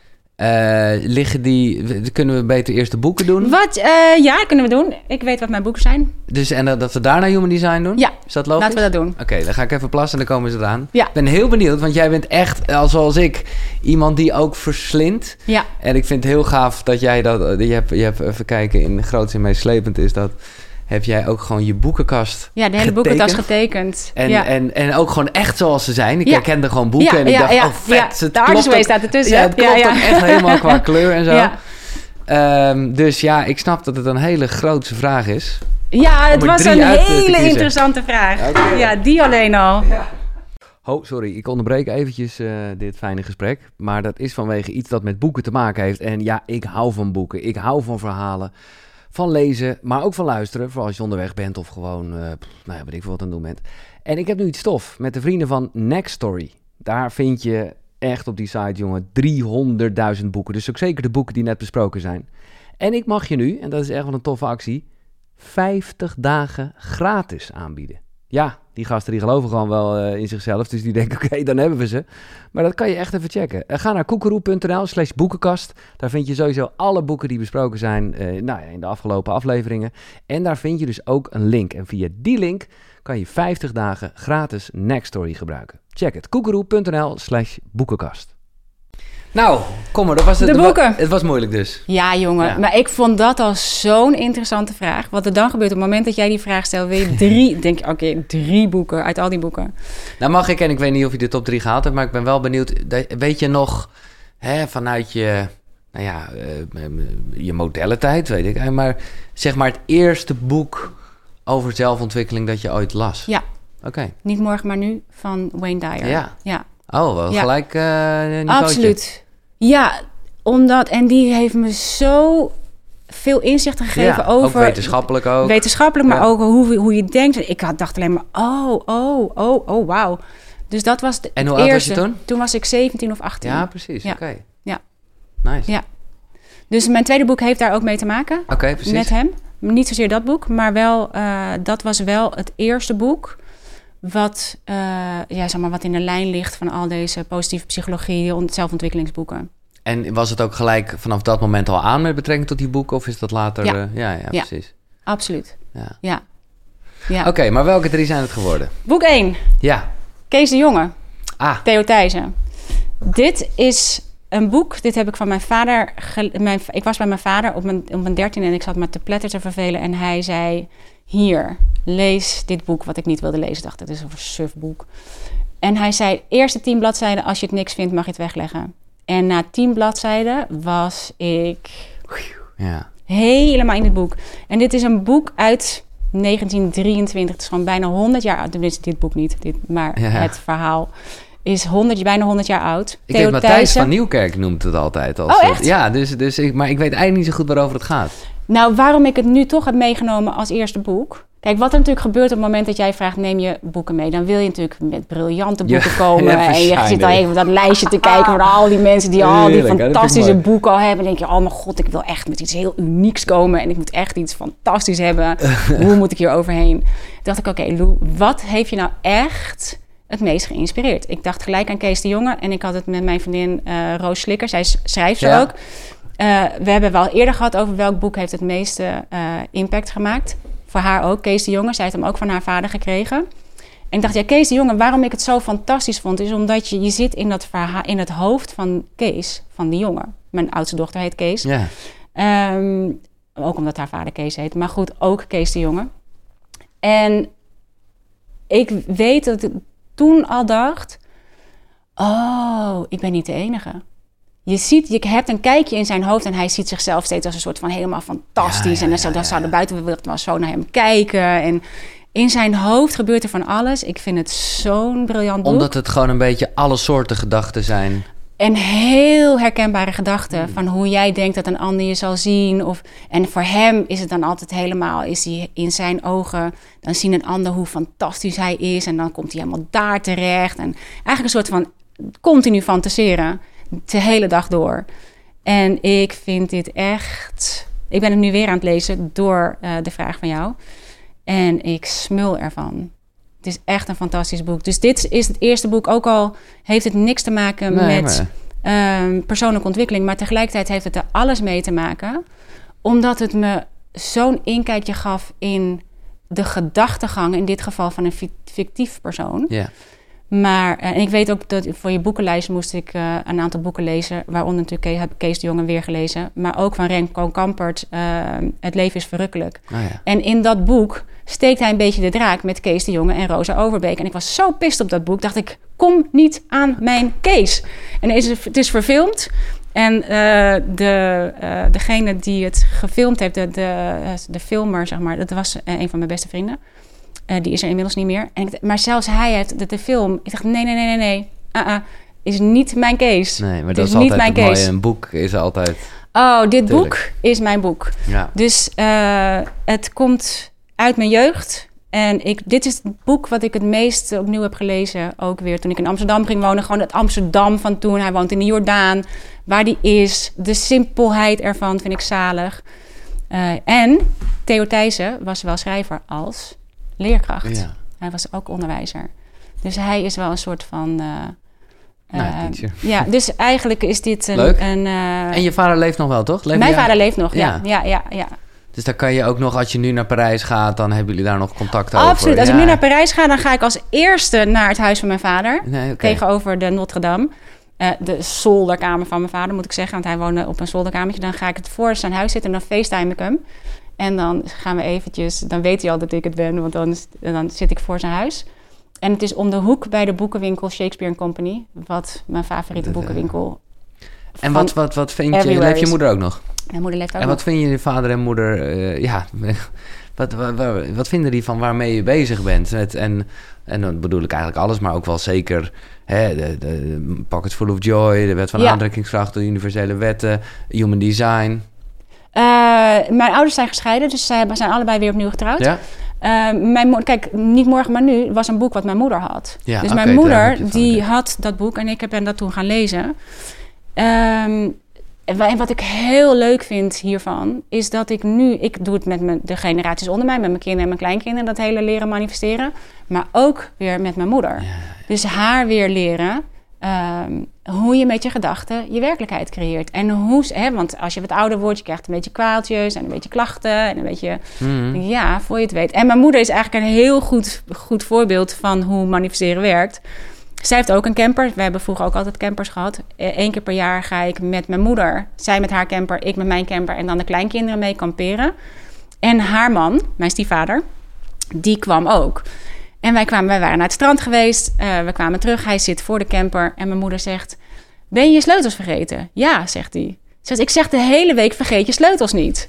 B: Kunnen we beter eerst de boeken doen?
C: Ja, dat kunnen we doen. Ik weet wat mijn boeken zijn.
B: Dus, en dat we daarna human design doen?
C: Ja,
B: Is dat logisch?
C: laten we dat doen.
B: Oké, dan ga ik even plassen en dan komen ze eraan.
C: Ja.
B: Ik ben heel benieuwd, want jij bent echt, zoals ik, iemand die ook verslindt.
C: Ja.
B: En ik vind het heel gaaf dat jij dat... Je hebt even kijken, in Groots en Meeslepend is dat... Heb jij ook gewoon je boekenkast
C: Ja, de hele
B: getekend?
C: boekenkast getekend.
B: En ook gewoon echt zoals ze zijn. Ik
C: Ja.
B: herkende gewoon boeken en ik dacht, oh vet.
C: Ja.
B: Het
C: De Artist Way staat ertussen.
B: Ja, het klopt ook echt helemaal qua kleur en zo.
C: Ja.
B: Dus ja, ik snap dat het een hele grootse vraag is.
C: Ja, het
B: Om er
C: was
B: 3
C: een
B: uit te
C: hele
B: kiezen.
C: interessante vraag.
B: Oké.
C: Ja, die alleen al.
B: Oh, sorry, ik onderbreek eventjes dit fijne gesprek. Maar dat is vanwege iets dat met boeken te maken heeft. En ja, ik hou van boeken. Ik hou van verhalen. Van lezen, maar ook van luisteren. Vooral als je onderweg bent of gewoon, weet ik veel wat aan het doen bent. En ik heb nu iets tof met de vrienden van Next Story. Daar vind je echt op die site, jongen, 300.000 boeken. Dus ook zeker de boeken die net besproken zijn. En ik mag je nu, en dat is echt wel een toffe actie, 50 dagen gratis aanbieden. Ja, die gasten die geloven gewoon wel in zichzelf. Dus die denken, oké, dan hebben we ze. Maar dat kan je echt even checken. Ga naar koekeroe.nl/boekenkast. Daar vind je sowieso alle boeken die besproken zijn in de afgelopen afleveringen. En daar vind je dus ook een link. En via die link kan je 50 dagen gratis Next Story gebruiken. Check het. koekeroe.nl/boekenkast. Nou, kom maar. Dat was het.
C: De boeken.
B: Het was moeilijk dus.
C: Ja, jongen.
B: Ja.
C: Maar ik vond dat al zo'n interessante vraag. Wat er dan gebeurt op het moment dat jij die vraag stelt... wil je 3... denk je, oké, 3 boeken uit al die boeken.
B: Nou mag ik, en ik weet niet of je de top 3 gehaald hebt... maar ik ben wel benieuwd. Weet je nog vanuit je... je modellentijd, weet ik. Maar zeg maar het eerste boek over zelfontwikkeling dat je ooit las.
C: Ja.
B: Oké.
C: Niet morgen, maar nu, van Wayne Dyer.
B: Ja. Oh, wel
C: Ja.
B: gelijk niveautje.
C: Absoluut. Ja, omdat... En die heeft me zo veel inzichten gegeven over...
B: ook wetenschappelijk ook.
C: Wetenschappelijk, maar
B: Ja.
C: ook hoe je denkt. Ik dacht alleen maar, oh, wauw. Dus dat was
B: En hoe
C: het
B: oud was
C: eerste.
B: je toen?
C: Toen was ik 17 of 18.
B: Ja, precies.
C: Ja.
B: Oké.
C: Ja.
B: Nice.
C: Ja. Dus mijn tweede boek heeft daar ook mee te maken.
B: Oké, precies.
C: Met hem. Niet zozeer dat boek, maar wel... dat was wel het eerste boek... wat in de lijn ligt van al deze positieve psychologie... zelfontwikkelingsboeken.
B: En was het ook gelijk vanaf dat moment al aan met betrekking tot die boeken? Of is dat later?
C: Ja.
B: Ja,
C: Ja.
B: precies.
C: Absoluut.
B: Ja.
C: Ja.
B: Oké, maar welke 3 zijn het geworden?
C: Boek 1.
B: Ja.
C: Kees de Jonge.
B: Ah,
C: Theo Thijssen. Dit is een boek. Dit heb ik van mijn vader... Ik was bij mijn vader op mijn 13 en ik zat me te pletter te vervelen. En hij zei... Hier, lees dit boek wat ik niet wilde lezen. Ik dacht, dit is een sufboek. En hij zei, eerste 10 bladzijden... Als je het niks vindt, mag je het wegleggen. En na 10 bladzijden was ik helemaal in het boek. En dit is een boek uit 1923. Het is gewoon bijna 100 jaar oud. Tenminste, dit boek niet. Maar het verhaal is bijna 100 jaar oud.
B: Ik weet Matthijs van Nieuwkerk noemt het altijd. Als
C: Oh, echt?
B: Ja, maar ik weet eigenlijk niet zo goed waarover het gaat.
C: Nou, waarom ik het nu toch heb meegenomen als eerste boek... Kijk, wat er natuurlijk gebeurt op het moment dat jij vraagt... neem je boeken mee, dan wil je natuurlijk met briljante boeken komen. En je zit al even op dat lijstje te kijken... van al die mensen die al die fantastische boeken al hebben. En denk je, oh mijn god, ik wil echt met iets heel unieks komen... en ik moet echt iets fantastisch hebben. Hoe moet ik hier overheen? Toen dacht ik, oké, Lou, wat heeft je nou echt het meest geïnspireerd? Ik dacht gelijk aan Kees de Jonge... en ik had het met mijn vriendin Roos Slikker. Zij schrijft ze ook... we hebben wel eerder gehad over welk boek heeft het meeste impact gemaakt. Voor haar ook, Kees de Jonge. Zij heeft hem ook van haar vader gekregen. En ik dacht, ja, Kees de Jonge, waarom ik het zo fantastisch vond... is omdat je zit in dat verhaal, in het hoofd van Kees, van die jongen. Mijn oudste dochter heet Kees.
B: Ja.
C: Ook omdat haar vader Kees heet. Maar goed, ook Kees de Jonge. En ik weet dat ik toen al dacht... oh, ik ben niet de enige. Je hebt een kijkje in zijn hoofd... en hij ziet zichzelf steeds als een soort van helemaal fantastisch. En dan zou de buitenwereld wel zo naar hem kijken. En in zijn hoofd gebeurt er van alles. Ik vind het zo'n briljant boek.
B: Omdat het gewoon een beetje alle soorten gedachten zijn.
C: En heel herkenbare gedachten van hoe jij denkt dat een ander je zal zien. En voor hem is het dan altijd helemaal, is hij in zijn ogen, dan zien een ander hoe fantastisch hij is. En dan komt hij helemaal daar terecht. En eigenlijk een soort van continu fantaseren, de hele dag door. En ik vind dit echt... Ik ben het nu weer aan het lezen door de vraag van jou. En ik smul ervan. Het is echt een fantastisch boek. Dus dit is het eerste boek, ook al heeft het niks te maken met persoonlijke ontwikkeling, maar tegelijkertijd heeft het er alles mee te maken, omdat het me zo'n inkijkje gaf in de gedachtegang, in dit geval van een fictief persoon.
B: Ja.
C: Maar en ik weet ook dat voor je boekenlijst moest ik een aantal boeken lezen, waaronder natuurlijk heb ik Kees de Jonge weer gelezen, maar ook van Remco Kampert, Het leven is verrukkelijk.
B: Oh ja.
C: En in dat boek steekt hij een beetje de draak met Kees de Jonge en Rosa Overbeek. En ik was zo pist op dat boek, dacht ik, kom niet aan mijn Kees. En het is verfilmd. En degene die het gefilmd heeft, de filmer, zeg maar, dat was een van mijn beste vrienden. Die is er inmiddels niet meer. Maar zelfs hij heeft de film. Ik dacht, nee. Is niet mijn Kees.
B: Nee, maar
C: het
B: dat is
C: niet
B: altijd
C: mijn
B: het mooie.
C: Kees.
B: Een boek is altijd...
C: Oh, dit
B: Tuurlijk.
C: boek is mijn boek.
B: Ja.
C: Dus het komt uit mijn jeugd. En dit is het boek wat ik het meest opnieuw heb gelezen. Ook weer toen ik in Amsterdam ging wonen. Gewoon het Amsterdam van toen. Hij woont in de Jordaan. Waar die is. De simpelheid ervan vind ik zalig. En Theo Thijssen was wel schrijver als leerkracht.
B: Ja.
C: Hij was ook onderwijzer. Dus hij is wel een soort van...
B: teacher.
C: Ja, dus eigenlijk is dit een...
B: Leuk.
C: En
B: je vader leeft nog wel, toch?
C: mijn vader leeft nog,
B: Ja.
C: ja.
B: Dus dan kan je ook nog, als je nu naar Parijs gaat, dan hebben jullie daar nog contact over.
C: Absoluut. Als
B: Ja.
C: ik nu naar Parijs ga, dan ga ik als eerste naar het huis van mijn vader.
B: Nee, oké.
C: Tegenover de Notre-Dame. De zolderkamer van mijn vader, moet ik zeggen. Want hij woonde op een zolderkamertje. Dan ga ik het voor zijn huis zitten en dan facetime ik hem. En dan gaan we eventjes... Dan weet hij al dat ik het ben, want dan zit ik voor zijn huis. En het is om de hoek bij de boekenwinkel Shakespeare & Company. Wat mijn favoriete boekenwinkel...
B: En wat vind je...
C: everywhere
B: Leeft je
C: is.
B: moeder ook nog?
C: Mijn moeder leeft ook
B: En
C: nog.
B: wat vinden je vader en moeder... Wat vinden die van waarmee je bezig bent? En dan bedoel ik eigenlijk alles, maar ook wel zeker... de Pockets Full of Joy, de wet van aantrekkingskracht... de universele wetten, human design.
C: Mijn ouders zijn gescheiden, dus zij zijn allebei weer opnieuw getrouwd.
B: Ja?
C: Kijk, niet morgen, maar nu was een boek wat mijn moeder had.
B: Ja,
C: dus
B: oké,
C: mijn
B: daar
C: moeder,
B: heb je het van,
C: die
B: oké.
C: had dat boek en ik ben dat toen gaan lezen. En wat ik heel leuk vind hiervan, is dat ik doe het met de generaties onder mij, met mijn kinderen en mijn kleinkinderen, dat hele leren manifesteren. Maar ook weer met mijn moeder.
B: Ja.
C: Dus haar weer leren hoe je met je gedachten je werkelijkheid creëert. En want als je wat ouder wordt, je krijgt een beetje kwaaltjes en een beetje klachten en een beetje, ja, voor je het weet. En mijn moeder is eigenlijk een heel goed voorbeeld van hoe manifesteren werkt. Zij heeft ook een camper. We hebben vroeger ook altijd campers gehad. 1 keer per jaar ga ik met mijn moeder, zij met haar camper, ik met mijn camper en dan de kleinkinderen mee kamperen. En haar man, mijn stiefvader, die kwam ook. En wij waren naar het strand geweest. We kwamen terug. Hij zit voor de camper. En mijn moeder zegt, ben je je sleutels vergeten? Ja, zegt hij. Ik zeg de hele week, vergeet je sleutels niet.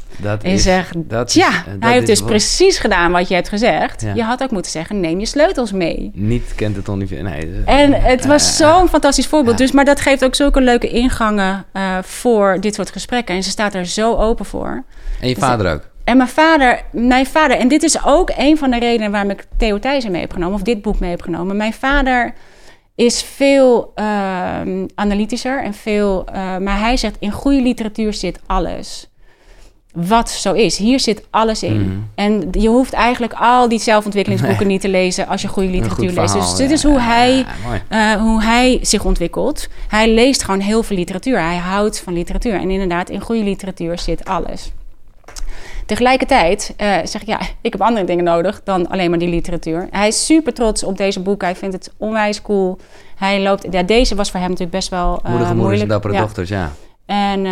C: Hij heeft dus precies gedaan wat je hebt gezegd. Ja. Je had ook moeten zeggen, neem je sleutels mee.
B: Niet kent het ongeveer. Nee.
C: En het was zo'n fantastisch voorbeeld. Ja. Dus, maar dat geeft ook zulke leuke ingangen voor dit soort gesprekken. En ze staat er zo open voor.
B: En je vader ook?
C: En mijn vader, en dit is ook een van de redenen waarom ik Theo Thijssen mee heb genomen, of dit boek mee heb genomen. Mijn vader is veel analytischer en veel, maar hij zegt, in goede literatuur zit alles. Wat zo is. Hier zit alles in. Mm. En je hoeft eigenlijk al die zelfontwikkelingsboeken niet te lezen als je goede literatuur leest. Dus dit is hoe hij zich ontwikkelt. Hij leest gewoon heel veel literatuur. Hij houdt van literatuur. En inderdaad, in goede literatuur zit alles. Tegelijkertijd zeg ik, ik heb andere dingen nodig dan alleen maar die literatuur. Hij is super trots op deze boeken. Hij vindt het onwijs cool. Hij loopt... deze was voor hem natuurlijk best wel
B: Moedige moeders en dappere dochters, ja.
C: En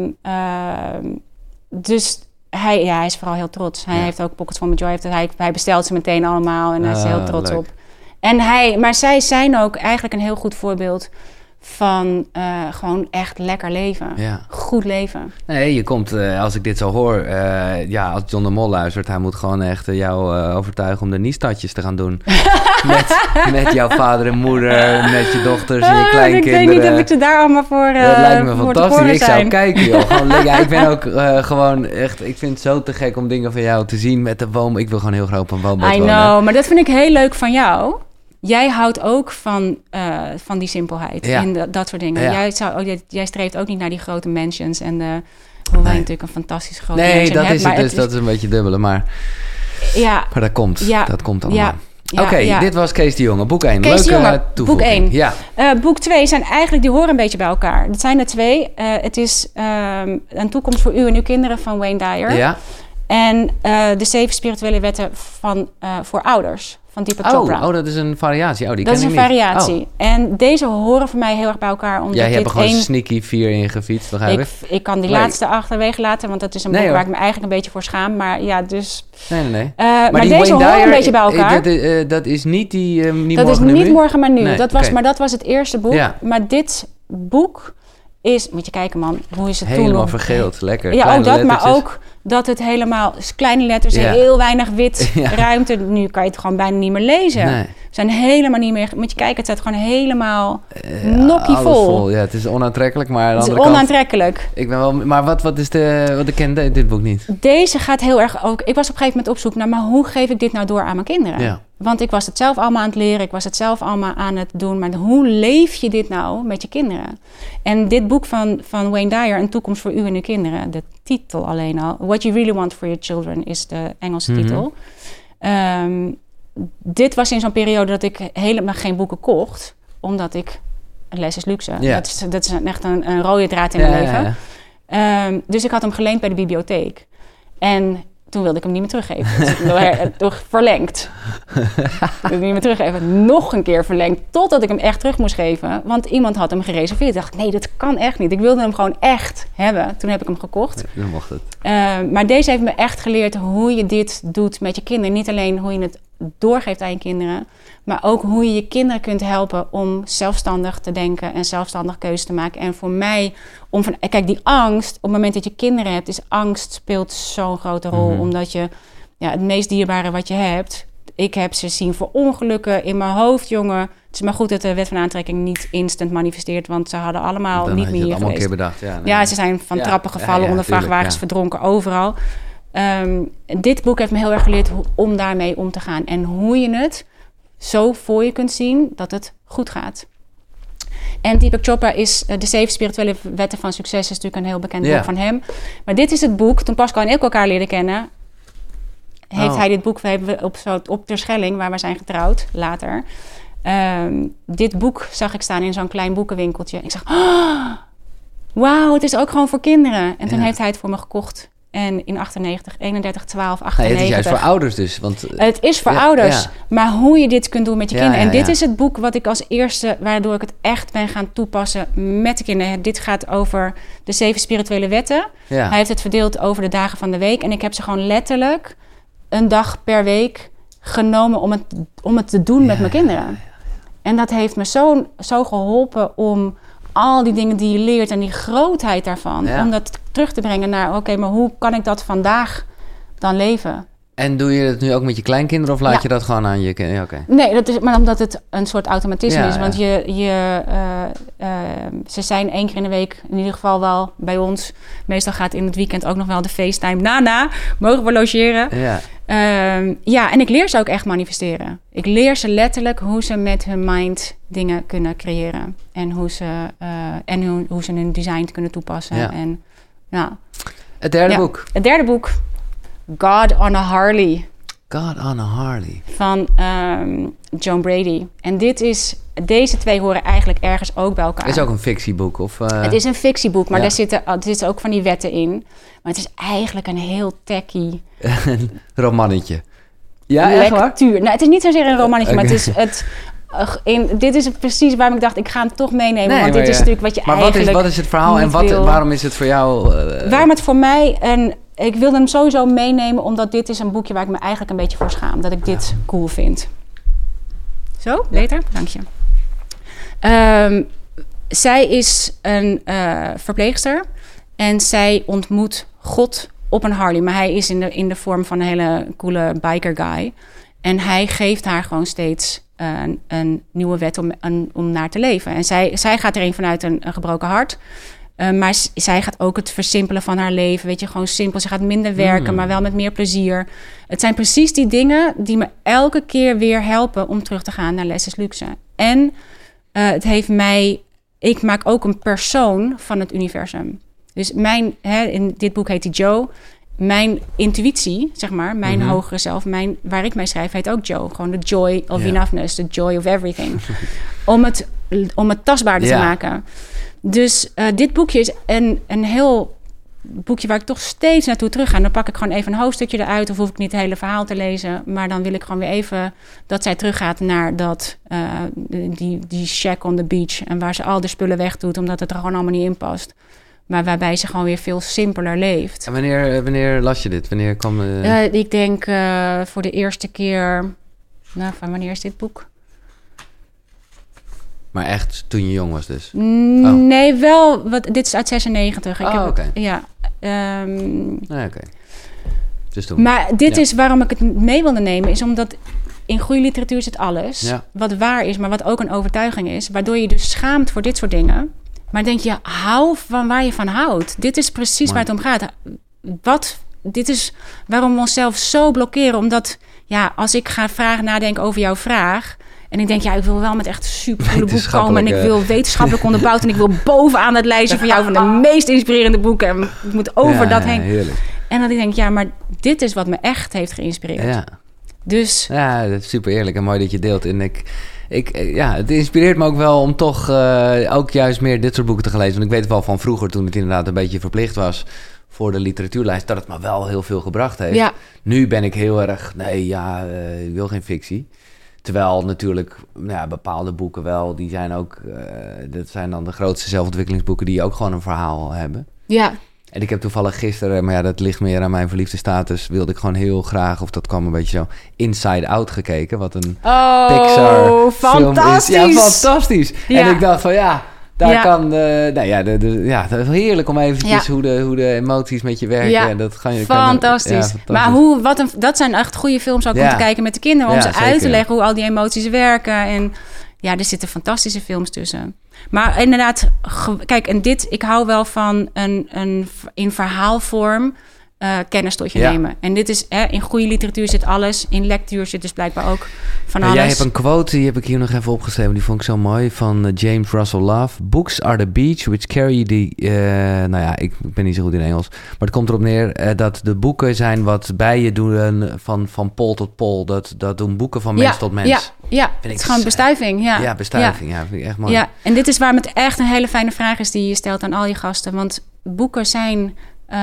C: dus hij is vooral heel trots. Hij heeft ook Pockets from Joy. Hij bestelt ze meteen allemaal en hij is er heel trots op. Maar zij zijn ook eigenlijk een heel goed voorbeeld van gewoon echt lekker leven. Ja. Goed leven.
B: Nee, je komt, als ik dit zo hoor... als John de Mol luistert... hij moet gewoon echt jou overtuigen om de Niestadjes te gaan doen. met jouw vader en moeder, met je dochters en je kleinkinderen.
C: Ik weet niet of ik ze daar allemaal voor
B: dat lijkt me fantastisch. Ik zou kijken, joh. Gewoon, ik ben ook gewoon echt... Ik vind het zo te gek om dingen van jou te zien met de boom. Ik wil gewoon heel graag op een woonboot wonen.
C: I know, maar dat vind ik heel leuk van jou... Jij houdt ook van die simpelheid en dat soort dingen. Ja. Jij streeft ook niet naar die grote mansions. En hoewel je natuurlijk een fantastisch grote mansion hebt.
B: Nee, dat is een beetje dubbele, maar dat komt. Ja. Dat komt allemaal. Ja. Oké, dit was Kees de Jonge, boek 1. Leuke toevoeging.
C: Boek 1. Ja. Boek 2 zijn eigenlijk, die horen een beetje bij elkaar. Het zijn er 2. Het is Een toekomst voor u en uw kinderen van Wayne Dyer. Ja. En de 7 spirituele wetten voor ouders. Van Deepak Chopra.
B: Oh, dat is een variatie. Oh, die
C: dat
B: ken
C: is een variatie. Oh. En deze horen voor mij heel erg bij elkaar. Omdat
B: jij hebt er gewoon sneaky 4 in gefietst, begrijp ik?
C: Ik kan die laatste achterwege laten, want dat is een boek waar ik me eigenlijk een beetje voor schaam. Maar ja, dus...
B: Nee.
C: Maar deze horen een beetje bij elkaar.
B: Dat is niet die niet
C: dat
B: morgen
C: is niet
B: nu?
C: Morgen maar nu. Nee, maar dat was het eerste boek. Ja. Maar dit boek is... Moet je kijken, man. Hoe is het
B: helemaal vergeeld. Lekker.
C: Ja, ook dat, maar ook... Dat het helemaal kleine letters, heel weinig wit ruimte. Nu kan je het gewoon bijna niet meer lezen. Nee. We zijn helemaal niet meer... Moet je kijken, het staat gewoon helemaal nokkie vol.
B: Ja, het is onaantrekkelijk, maar
C: het is onaantrekkelijk.
B: Ik ben wel... Maar wat is wat ik ken dit boek niet?
C: Deze gaat heel erg ook... Ik was op een gegeven moment op zoek naar... Maar hoe geef ik dit nou door aan mijn kinderen? Ja. Want ik was het zelf allemaal aan het leren. Ik was het zelf allemaal aan het doen. Maar hoe leef je dit nou met je kinderen? En dit boek van Wayne Dyer... Een toekomst voor u en uw kinderen. De titel alleen al. What You Really Want for Your Children is de Engelse titel. Dit was in zo'n periode dat ik helemaal geen boeken kocht. Omdat ik... Les is luxe. Yeah. Dat is echt een rode draad in mijn leven. Ja. Dus ik had hem geleend bij de bibliotheek. En... Toen wilde ik hem niet meer teruggeven. Toch verlengd. Niet meer teruggeven. Nog een keer verlengd. Totdat ik hem echt terug moest geven. Want iemand had hem gereserveerd. Ik dacht, nee, dat kan echt niet. Ik wilde hem gewoon echt hebben. Toen heb ik hem gekocht.
B: Dan mocht het.
C: Maar deze heeft me echt geleerd hoe je dit doet met je kinderen. Niet alleen hoe je het doorgeeft aan je kinderen. Maar ook hoe je je kinderen kunt helpen om zelfstandig te denken. En zelfstandig keuzes te maken. En voor mij... Kijk, die angst, op het moment dat je kinderen hebt... is angst speelt zo'n grote rol. Mm-hmm. Omdat je het meest dierbare wat je hebt... Ik heb ze zien voor ongelukken in mijn hoofd, jongen. Het is maar goed dat de wet van aantrekking niet instant manifesteert... want ze hadden allemaal
B: dan
C: niet meer hier
B: allemaal
C: geweest.
B: Een keer bedacht.
C: Ja, ze zijn van trappen gevallen, onder vrachtwagens verdronken, overal. Dit boek heeft me heel erg geleerd om daarmee om te gaan. En hoe je het zo voor je kunt zien dat het goed gaat. En Deepak Chopra is de 7 spirituele wetten van succes... is natuurlijk een heel bekend boek van hem. Maar dit is het boek, toen Pascal en ik elkaar leren kennen... heeft hij dit boek, we hebben op Terschelling, waar we zijn getrouwd, later... dit boek zag ik staan in zo'n klein boekenwinkeltje. Ik zag, wauw, het is ook gewoon voor kinderen. En toen heeft hij het voor me gekocht... En in 31, 12, 98...
B: het is juist voor ouders dus. Want,
C: het is voor ouders. Ja. Maar hoe je dit kunt doen met je kinderen. En dit is het boek wat ik als eerste... waardoor ik het echt ben gaan toepassen met de kinderen. Dit gaat over de 7 spirituele wetten. Ja. Hij heeft het verdeeld over de dagen van de week. En ik heb ze gewoon letterlijk een dag per week genomen... om het te doen met mijn kinderen. Ja. En dat heeft me zo geholpen om... al die dingen die je leert en die grootheid daarvan... om dat terug te brengen naar... oké, maar hoe kan ik dat vandaag dan leven?
B: En doe je het nu ook met je kleinkinderen... of laat je dat gewoon aan je kinderen? Ja,
C: nee, dat is, maar omdat het een soort automatisme is. Want ze zijn 1 keer in de week in ieder geval wel bij ons. Meestal gaat in het weekend ook nog wel de FaceTime. Nana, mogen we logeren? Ja. En ik leer ze ook echt manifesteren. Ik leer ze letterlijk hoe ze met hun mind dingen kunnen creëren. En hoe ze hun design kunnen toepassen.
B: Ja.
C: En,
B: Het derde boek.
C: Het derde boek. God on a Harley.
B: God on a Harley.
C: Van Joan Brady. En dit is deze twee horen eigenlijk ergens ook bij elkaar.
B: Het is ook een fictieboek? Of,
C: Het is een fictieboek, maar er zitten ook van die wetten in. Maar het is eigenlijk een heel tacky...
B: romannetje. Ja, echt waar?
C: lectuur. Nou, het is niet zozeer een romannetje, maar het is dit is precies waarom ik dacht, ik ga hem toch meenemen. Want dit is natuurlijk wat je eigenlijk...
B: Maar wat is het verhaal en waarom is het voor jou...
C: Waarom het voor mij... ik wilde hem sowieso meenemen, omdat dit is een boekje waar ik me eigenlijk een beetje voor schaam. Dat ik dit cool vind. Zo, beter? Dank je. Zij is een verpleegster en zij ontmoet God op een Harley. Maar hij is in de vorm van een hele coole biker guy. En hij geeft haar gewoon steeds een nieuwe wet om naar te leven. En zij gaat er een vanuit een gebroken hart. Maar zij gaat ook het versimpelen van haar leven. Weet je, gewoon simpel. Ze gaat minder werken, maar wel met meer plezier. Het zijn precies die dingen die me elke keer weer helpen om terug te gaan naar Less is Luxe. En het heeft mij... Ik maak ook een persoon van het universum. Dus in dit boek heet hij Joe. Mijn intuïtie, zeg maar, mijn hogere zelf, waar ik mee schrijf, heet ook Joe. Gewoon de joy of enoughness, the joy of everything. om het tastbaarder te maken. Dus dit boekje is een heel boekje waar ik toch steeds naartoe terug ga. En dan pak ik gewoon even een hoofdstukje eruit, of hoef ik niet het hele verhaal te lezen. Maar dan wil ik gewoon weer even dat zij teruggaat naar die shack on the beach. En waar ze al de spullen wegdoet, omdat het er gewoon allemaal niet in past. Maar waarbij ze gewoon weer veel simpeler leeft.
B: En wanneer las je dit? Wanneer kwam...
C: Ik denk voor de eerste keer... Nou, van wanneer is dit boek?
B: Maar echt toen je jong was dus?
C: Nee, wel. Dit is uit 96.
B: Oké.
C: Ja.
B: Oké. Dus toen...
C: Maar dit is waarom ik het mee wilde nemen. Is omdat in goede literatuur zit alles. Ja. Wat waar is, maar wat ook een overtuiging is. Waardoor je dus schaamt voor dit soort dingen. Maar denk je, hou van waar je van houdt. Dit is precies waar het om gaat. Dit is waarom we onszelf zo blokkeren. Omdat, als ik ga nadenken over jouw vraag... en ik denk, ik wil wel met echt supercoole boek komen... en ik wil wetenschappelijk onderbouwd... en ik wil bovenaan het lijstje van jou... van de meest inspirerende boeken... en ik moet over dat heen.
B: Heerlijk.
C: En dat ik denk, maar dit is wat me echt heeft geïnspireerd.
B: Ja.
C: Dus...
B: Ja, dat is super eerlijk en mooi dat je deelt. En het inspireert me ook wel om toch ook juist meer dit soort boeken te gaan lezen. Want ik weet wel van vroeger, toen het inderdaad een beetje verplicht was voor de literatuurlijst, dat het me wel heel veel gebracht heeft. Ja. Nu ben ik heel erg, ik wil geen fictie. Terwijl natuurlijk bepaalde boeken wel, die zijn ook, dat zijn dan de grootste zelfontwikkelingsboeken die ook gewoon een verhaal hebben. Ja. En ik heb toevallig gisteren, maar dat ligt meer aan mijn verliefde status, wilde ik gewoon heel graag, of dat kwam een beetje zo, Inside Out gekeken, wat een Pixar film is. Ja, fantastisch. Ja. En ik dacht van daar kan, heerlijk om eventjes hoe de emoties met je werken. Ja, dat
C: fantastisch. Maar dat zijn echt goede films ook om te kijken met de kinderen, om ze uit te leggen hoe al die emoties werken. En er zitten fantastische films tussen. Maar inderdaad, kijk, en ik hou wel van in verhaalvorm kennis tot je nemen. En dit is, in goede literatuur zit alles. In lectuur zit dus blijkbaar ook van alles.
B: Jij hebt een quote, die heb ik hier nog even opgeschreven. Die vond ik zo mooi, van James Russell Love. Books are the beach which carry the... ik ben niet zo goed in Engels. Maar het komt erop neer dat de boeken zijn wat bij je doen van pol tot pol. Dat doen boeken van mens tot mens.
C: Ja, het is gewoon bestuiving. Ja,
B: bestuiving. Ja, vind ik echt mooi.
C: Ja, en dit is waarom het echt een hele fijne vraag is die je stelt aan al je gasten. Want boeken zijn...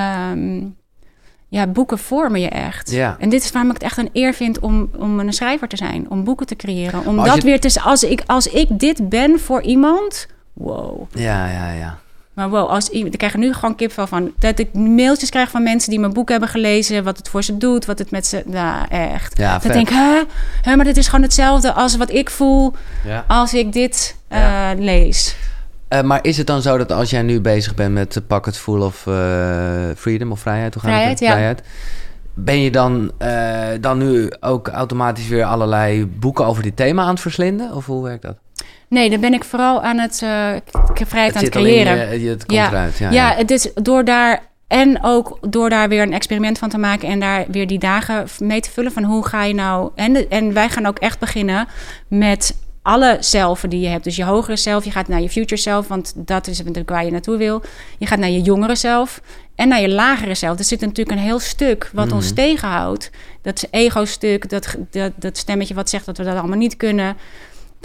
C: boeken vormen je echt. Ja. En dit is waarom ik het echt een eer vind om een schrijver te zijn. Om boeken te creëren. Om dat weer te... Als ik dit ben voor iemand... Wow.
B: Ja.
C: Maar wow, ik krijg er nu gewoon kipvel van. Dat ik mailtjes krijg van mensen die mijn boek hebben gelezen. Wat het voor ze doet. Wat het met ze... echt. Ja, dat denk ik, maar dit is gewoon hetzelfde als wat ik voel... als ik dit lees.
B: Maar is het dan zo dat als jij nu bezig bent met Pocket Full of Freedom of Vrijheid? Hoe gaat het? Vrijheid. Ben je dan nu ook automatisch weer allerlei boeken over dit thema aan het verslinden? Of hoe werkt dat?
C: Nee, dan ben ik vooral aan het vrijheid aan het creëren.
B: Het komt eruit.
C: Ja, het is door daar... En ook door daar weer een experiment van te maken... en daar weer die dagen mee te vullen van hoe ga je nou... En wij gaan ook echt beginnen met... alle zelfen die je hebt. Dus je hogere zelf, je gaat naar je future zelf... want dat is natuurlijk waar je naartoe wil. Je gaat naar je jongere zelf en naar je lagere zelf. Er zit natuurlijk een heel stuk wat ons tegenhoudt. Dat ego-stuk, dat stemmetje wat zegt dat we dat allemaal niet kunnen. Dat is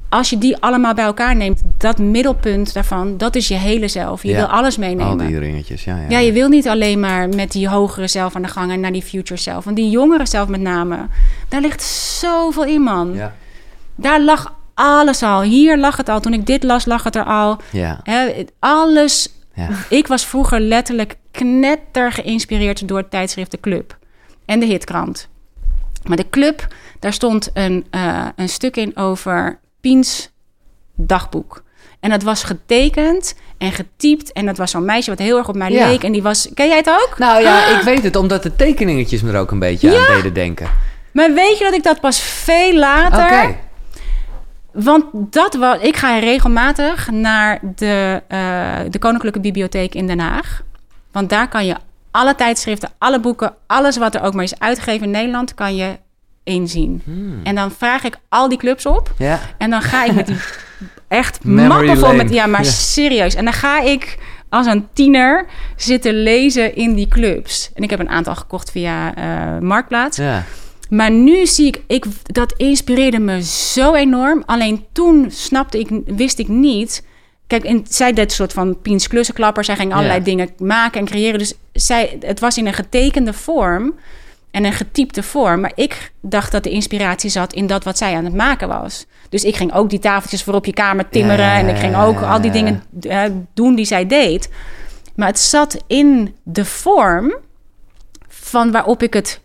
C: als je die allemaal bij elkaar neemt, dat middelpunt daarvan, dat is je hele zelf. Je wil alles meenemen.
B: Al die ringetjes, ja.
C: Ja, je wil niet alleen maar met die hogere zelf aan de gang en naar die future zelf. Want die jongere zelf met name, daar ligt zoveel in, man.
B: Ja.
C: Daar lag alles al. Hier lag het al. Toen ik dit las, lag het er al.
B: Ja.
C: Alles.
B: Ja.
C: Ik was vroeger letterlijk knetter geïnspireerd door het tijdschrift De Club en de Hitkrant. Maar De Club, daar stond een stuk in over Piens dagboek. En dat was getekend en getypt. En dat was zo'n meisje wat heel erg op mij leek. En die was... Ken jij het ook?
B: Nou ja, ik weet het, omdat de tekeningetjes me er ook een beetje aan deden denken.
C: Maar weet je dat ik dat pas veel later...
B: Oké.
C: Want ik ga regelmatig naar de Koninklijke Bibliotheek in Den Haag. Want daar kan je alle tijdschriften, alle boeken, alles wat er ook maar is uitgegeven in Nederland, kan je inzien. En dan vraag ik al die clubs op.
B: Ja.
C: En dan ga ik met die echt
B: Memory
C: mappen vol met...
B: lane.
C: Ja, maar serieus. En dan ga ik als een tiener zitten lezen in die clubs. En ik heb een aantal gekocht via Marktplaats.
B: Ja.
C: Maar nu zie ik, dat inspireerde me zo enorm. Alleen toen wist ik niet... Kijk, zij deed een soort van Piens klussenklapper. Zij ging allerlei dingen maken en creëren. Dus het was in een getekende vorm en een getypte vorm. Maar ik dacht dat de inspiratie zat in dat wat zij aan het maken was. Dus ik ging ook die tafeltjes voor op je kamer timmeren. En ik ging ook al die dingen doen die zij deed. Maar het zat in de vorm van waarop ik het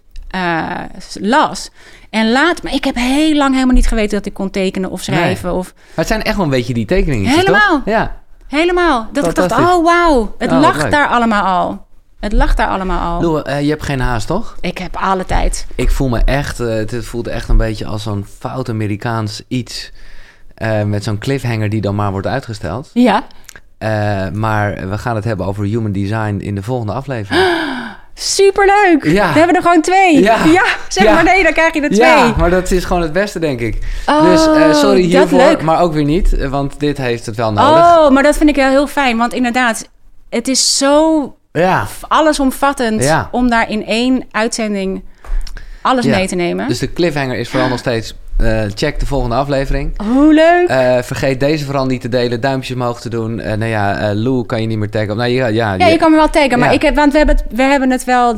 C: las. En maar ik heb heel lang helemaal niet geweten dat ik kon tekenen of schrijven.
B: Maar het zijn echt wel een beetje die tekeningen,
C: Helemaal.
B: toch? Ja.
C: Helemaal. Dat ik dacht,
B: Fantastisch.
C: oh wauw, het lag
B: leuk.
C: daar allemaal al. Het lag daar allemaal al.
B: Lou, je hebt geen haast, toch?
C: Ik heb alle tijd.
B: Ik voel me echt... het voelt echt een beetje als zo'n fout Amerikaans iets. Met zo'n cliffhanger die dan maar wordt uitgesteld.
C: Ja.
B: Maar we gaan het hebben over human design in de volgende aflevering.
C: Superleuk.
B: Ja.
C: We hebben er gewoon 2.
B: Ja.
C: Zeg
B: Ja.
C: maar nee, dan krijg je er 2.
B: Ja, maar dat is gewoon het beste, denk ik.
C: Oh,
B: Dus sorry
C: dat
B: hiervoor,
C: leuk.
B: maar ook weer niet. Want dit heeft het wel nodig.
C: Oh, maar dat vind ik heel fijn. Want inderdaad, het is zo
B: Ja.
C: allesomvattend om daar in 1 uitzending alles mee te nemen.
B: Dus de cliffhanger is vooral nog steeds... check de volgende aflevering.
C: Hoe leuk.
B: Vergeet deze vooral niet te delen. Duimpjes omhoog te doen. Lou kan je niet meer taggen. Nou,
C: je kan me wel taggen. Maar
B: Ja.
C: want we hebben het wel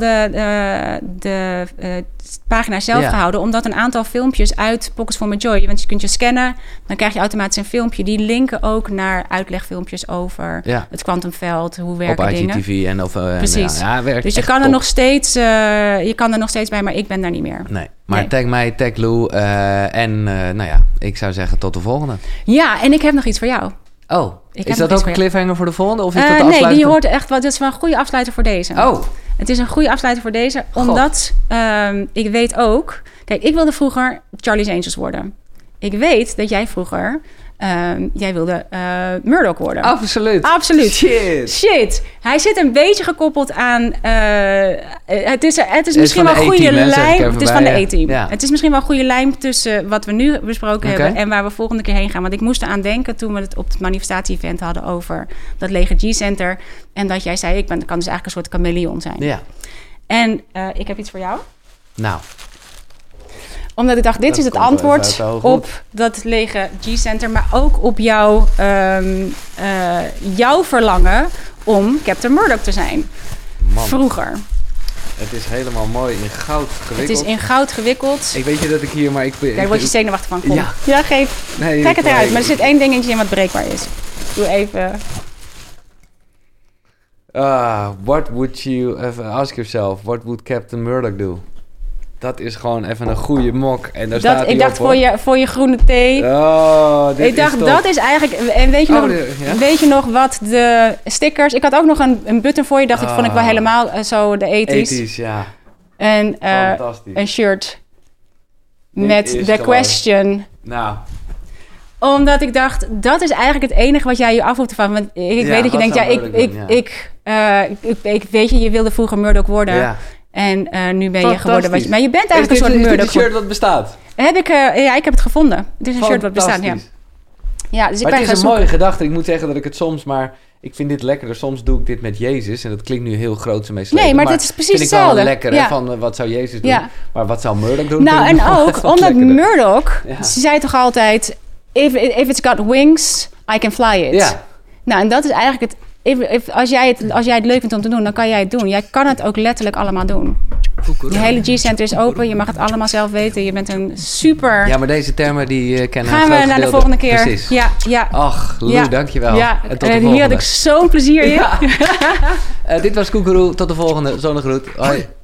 C: de pagina zelf gehouden. Omdat een aantal filmpjes uit Pockets for My Joy... Want je kunt je scannen. Dan krijg je automatisch een filmpje. Die linken ook naar uitlegfilmpjes over het kwantumveld. Hoe werken
B: op
C: dingen.
B: IGTV en of...
C: Precies.
B: Werkt
C: Dus je kan er nog steeds... je kan er nog steeds bij, maar ik ben daar niet meer.
B: Nee. Maar
C: Nee.
B: tag mij, tag Lou. Ik zou zeggen tot de volgende.
C: Ja, en ik heb nog iets voor jou.
B: Oh,
C: Ik
B: is
C: heb nog
B: dat
C: iets
B: ook
C: voor
B: een
C: jou.
B: cliffhanger voor de volgende? Of is dat de
C: Nee,
B: afsluiting?
C: die hoort echt wel. Dit is wel een goede afsluiter voor deze.
B: Oh,
C: Het is een goede afsluiter voor deze, omdat ik weet ook... Kijk, ik wilde vroeger Charlie's Angels worden. Ik weet dat jij vroeger... jij wilde Murdoch worden.
B: absoluut.
C: Absoluut.
B: Shit.
C: Hij zit een beetje gekoppeld aan... het is misschien
B: van
C: wel een
B: de
C: goede
B: A-team, hè, zeg ik
C: lijm.
B: even
C: Het is
B: bij,
C: van de
B: ja.
C: A-team.
B: Ja.
C: Het is misschien wel een goede lijm tussen wat we nu besproken
B: Oké.
C: hebben... en waar we volgende keer heen gaan. Want ik moest eraan denken toen we het op het manifestatie-event hadden... over dat lege G-center. En dat jij zei, kan dus eigenlijk een soort chameleon zijn.
B: Ja,
C: En ik heb iets voor jou.
B: nou.
C: Omdat ik dacht, dit
B: Dat
C: is het
B: komt wel even
C: antwoord
B: uit de hoge
C: op dat lege G-center... maar ook op jouw verlangen om Captain Murdoch te zijn.
B: Man,
C: Vroeger.
B: het is helemaal mooi in goud gewikkeld.
C: Het is in goud gewikkeld.
B: Ik weet je dat ik hier, maar
C: Kijk, word je zenuwachtig van. Kom.
B: Ja.
C: Geef.
B: Nee,
C: Trek het
B: ik-
C: eruit. Maar er zit 1 dingetje in wat breekbaar is. Doe even.
B: What would you ask yourself? What would Captain Murdoch do? Dat is gewoon even een goede mok. En daar staat
C: Ik dacht voor je groene thee.
B: Oh, dit
C: Ik dacht,
B: is top.
C: dat is eigenlijk... En weet je, weet je nog wat de stickers... Ik had ook nog een button voor je. Dacht ik, vond ik wel helemaal zo de ethisch.
B: Ethisch, ja.
C: En
B: Fantastisch.
C: een shirt
B: Dit
C: met
B: is
C: the
B: gewoon-
C: question.
B: Nou,
C: Omdat ik dacht, dat is eigenlijk het enige wat jij je af hoeft te vragen. Want ik weet dat je
B: wat
C: denkt,
B: zou Murdoch doen?
C: ik weet je wilde vroeger Murdoch worden.
B: ja.
C: En nu ben je geworden wat je... Maar je bent
B: Is
C: eigenlijk
B: dit
C: een soort
B: een
C: Murdoch.
B: shirt wat bestaat?
C: Ik heb het gevonden. Het is een shirt wat bestaat, ja.
B: Fantastisch.
C: Ja, dus ik
B: Maar
C: ben
B: het
C: gaan
B: is een
C: zoeken.
B: mooie gedachte. Ik moet zeggen dat ik het soms maar... Ik vind dit lekkerder. Soms doe ik dit met Jezus. En dat klinkt nu heel groot en meeslepend.
C: Nee, maar dit is precies
B: vind ik wel
C: hetzelfde.
B: lekker.
C: Ja.
B: Hè, van wat zou Jezus doen?
C: Ja.
B: Maar wat zou Murdoch doen?
C: Nou,
B: Vind ik
C: en
B: nog
C: ook
B: wat
C: omdat
B: lekkerder.
C: Murdoch...
B: Ja.
C: Ze zei toch altijd... if it's got wings, I can fly it.
B: Ja.
C: Nou, en dat is eigenlijk als jij het leuk vindt om te doen, dan kan jij het doen. Jij kan het ook letterlijk allemaal doen. Je hele G-center is open. Je mag het allemaal zelf weten. Je bent een super...
B: Ja, maar deze termen die kennen
C: Gaan we naar de volgende keer.
B: Precies.
C: Ja.
B: Ach, Lou, dankjewel.
C: Ja,
B: en tot de volgende.
C: hier had ik zo'n plezier in.
B: Dit was Koekeroe. Tot de volgende. Zonnegroet. Hoi.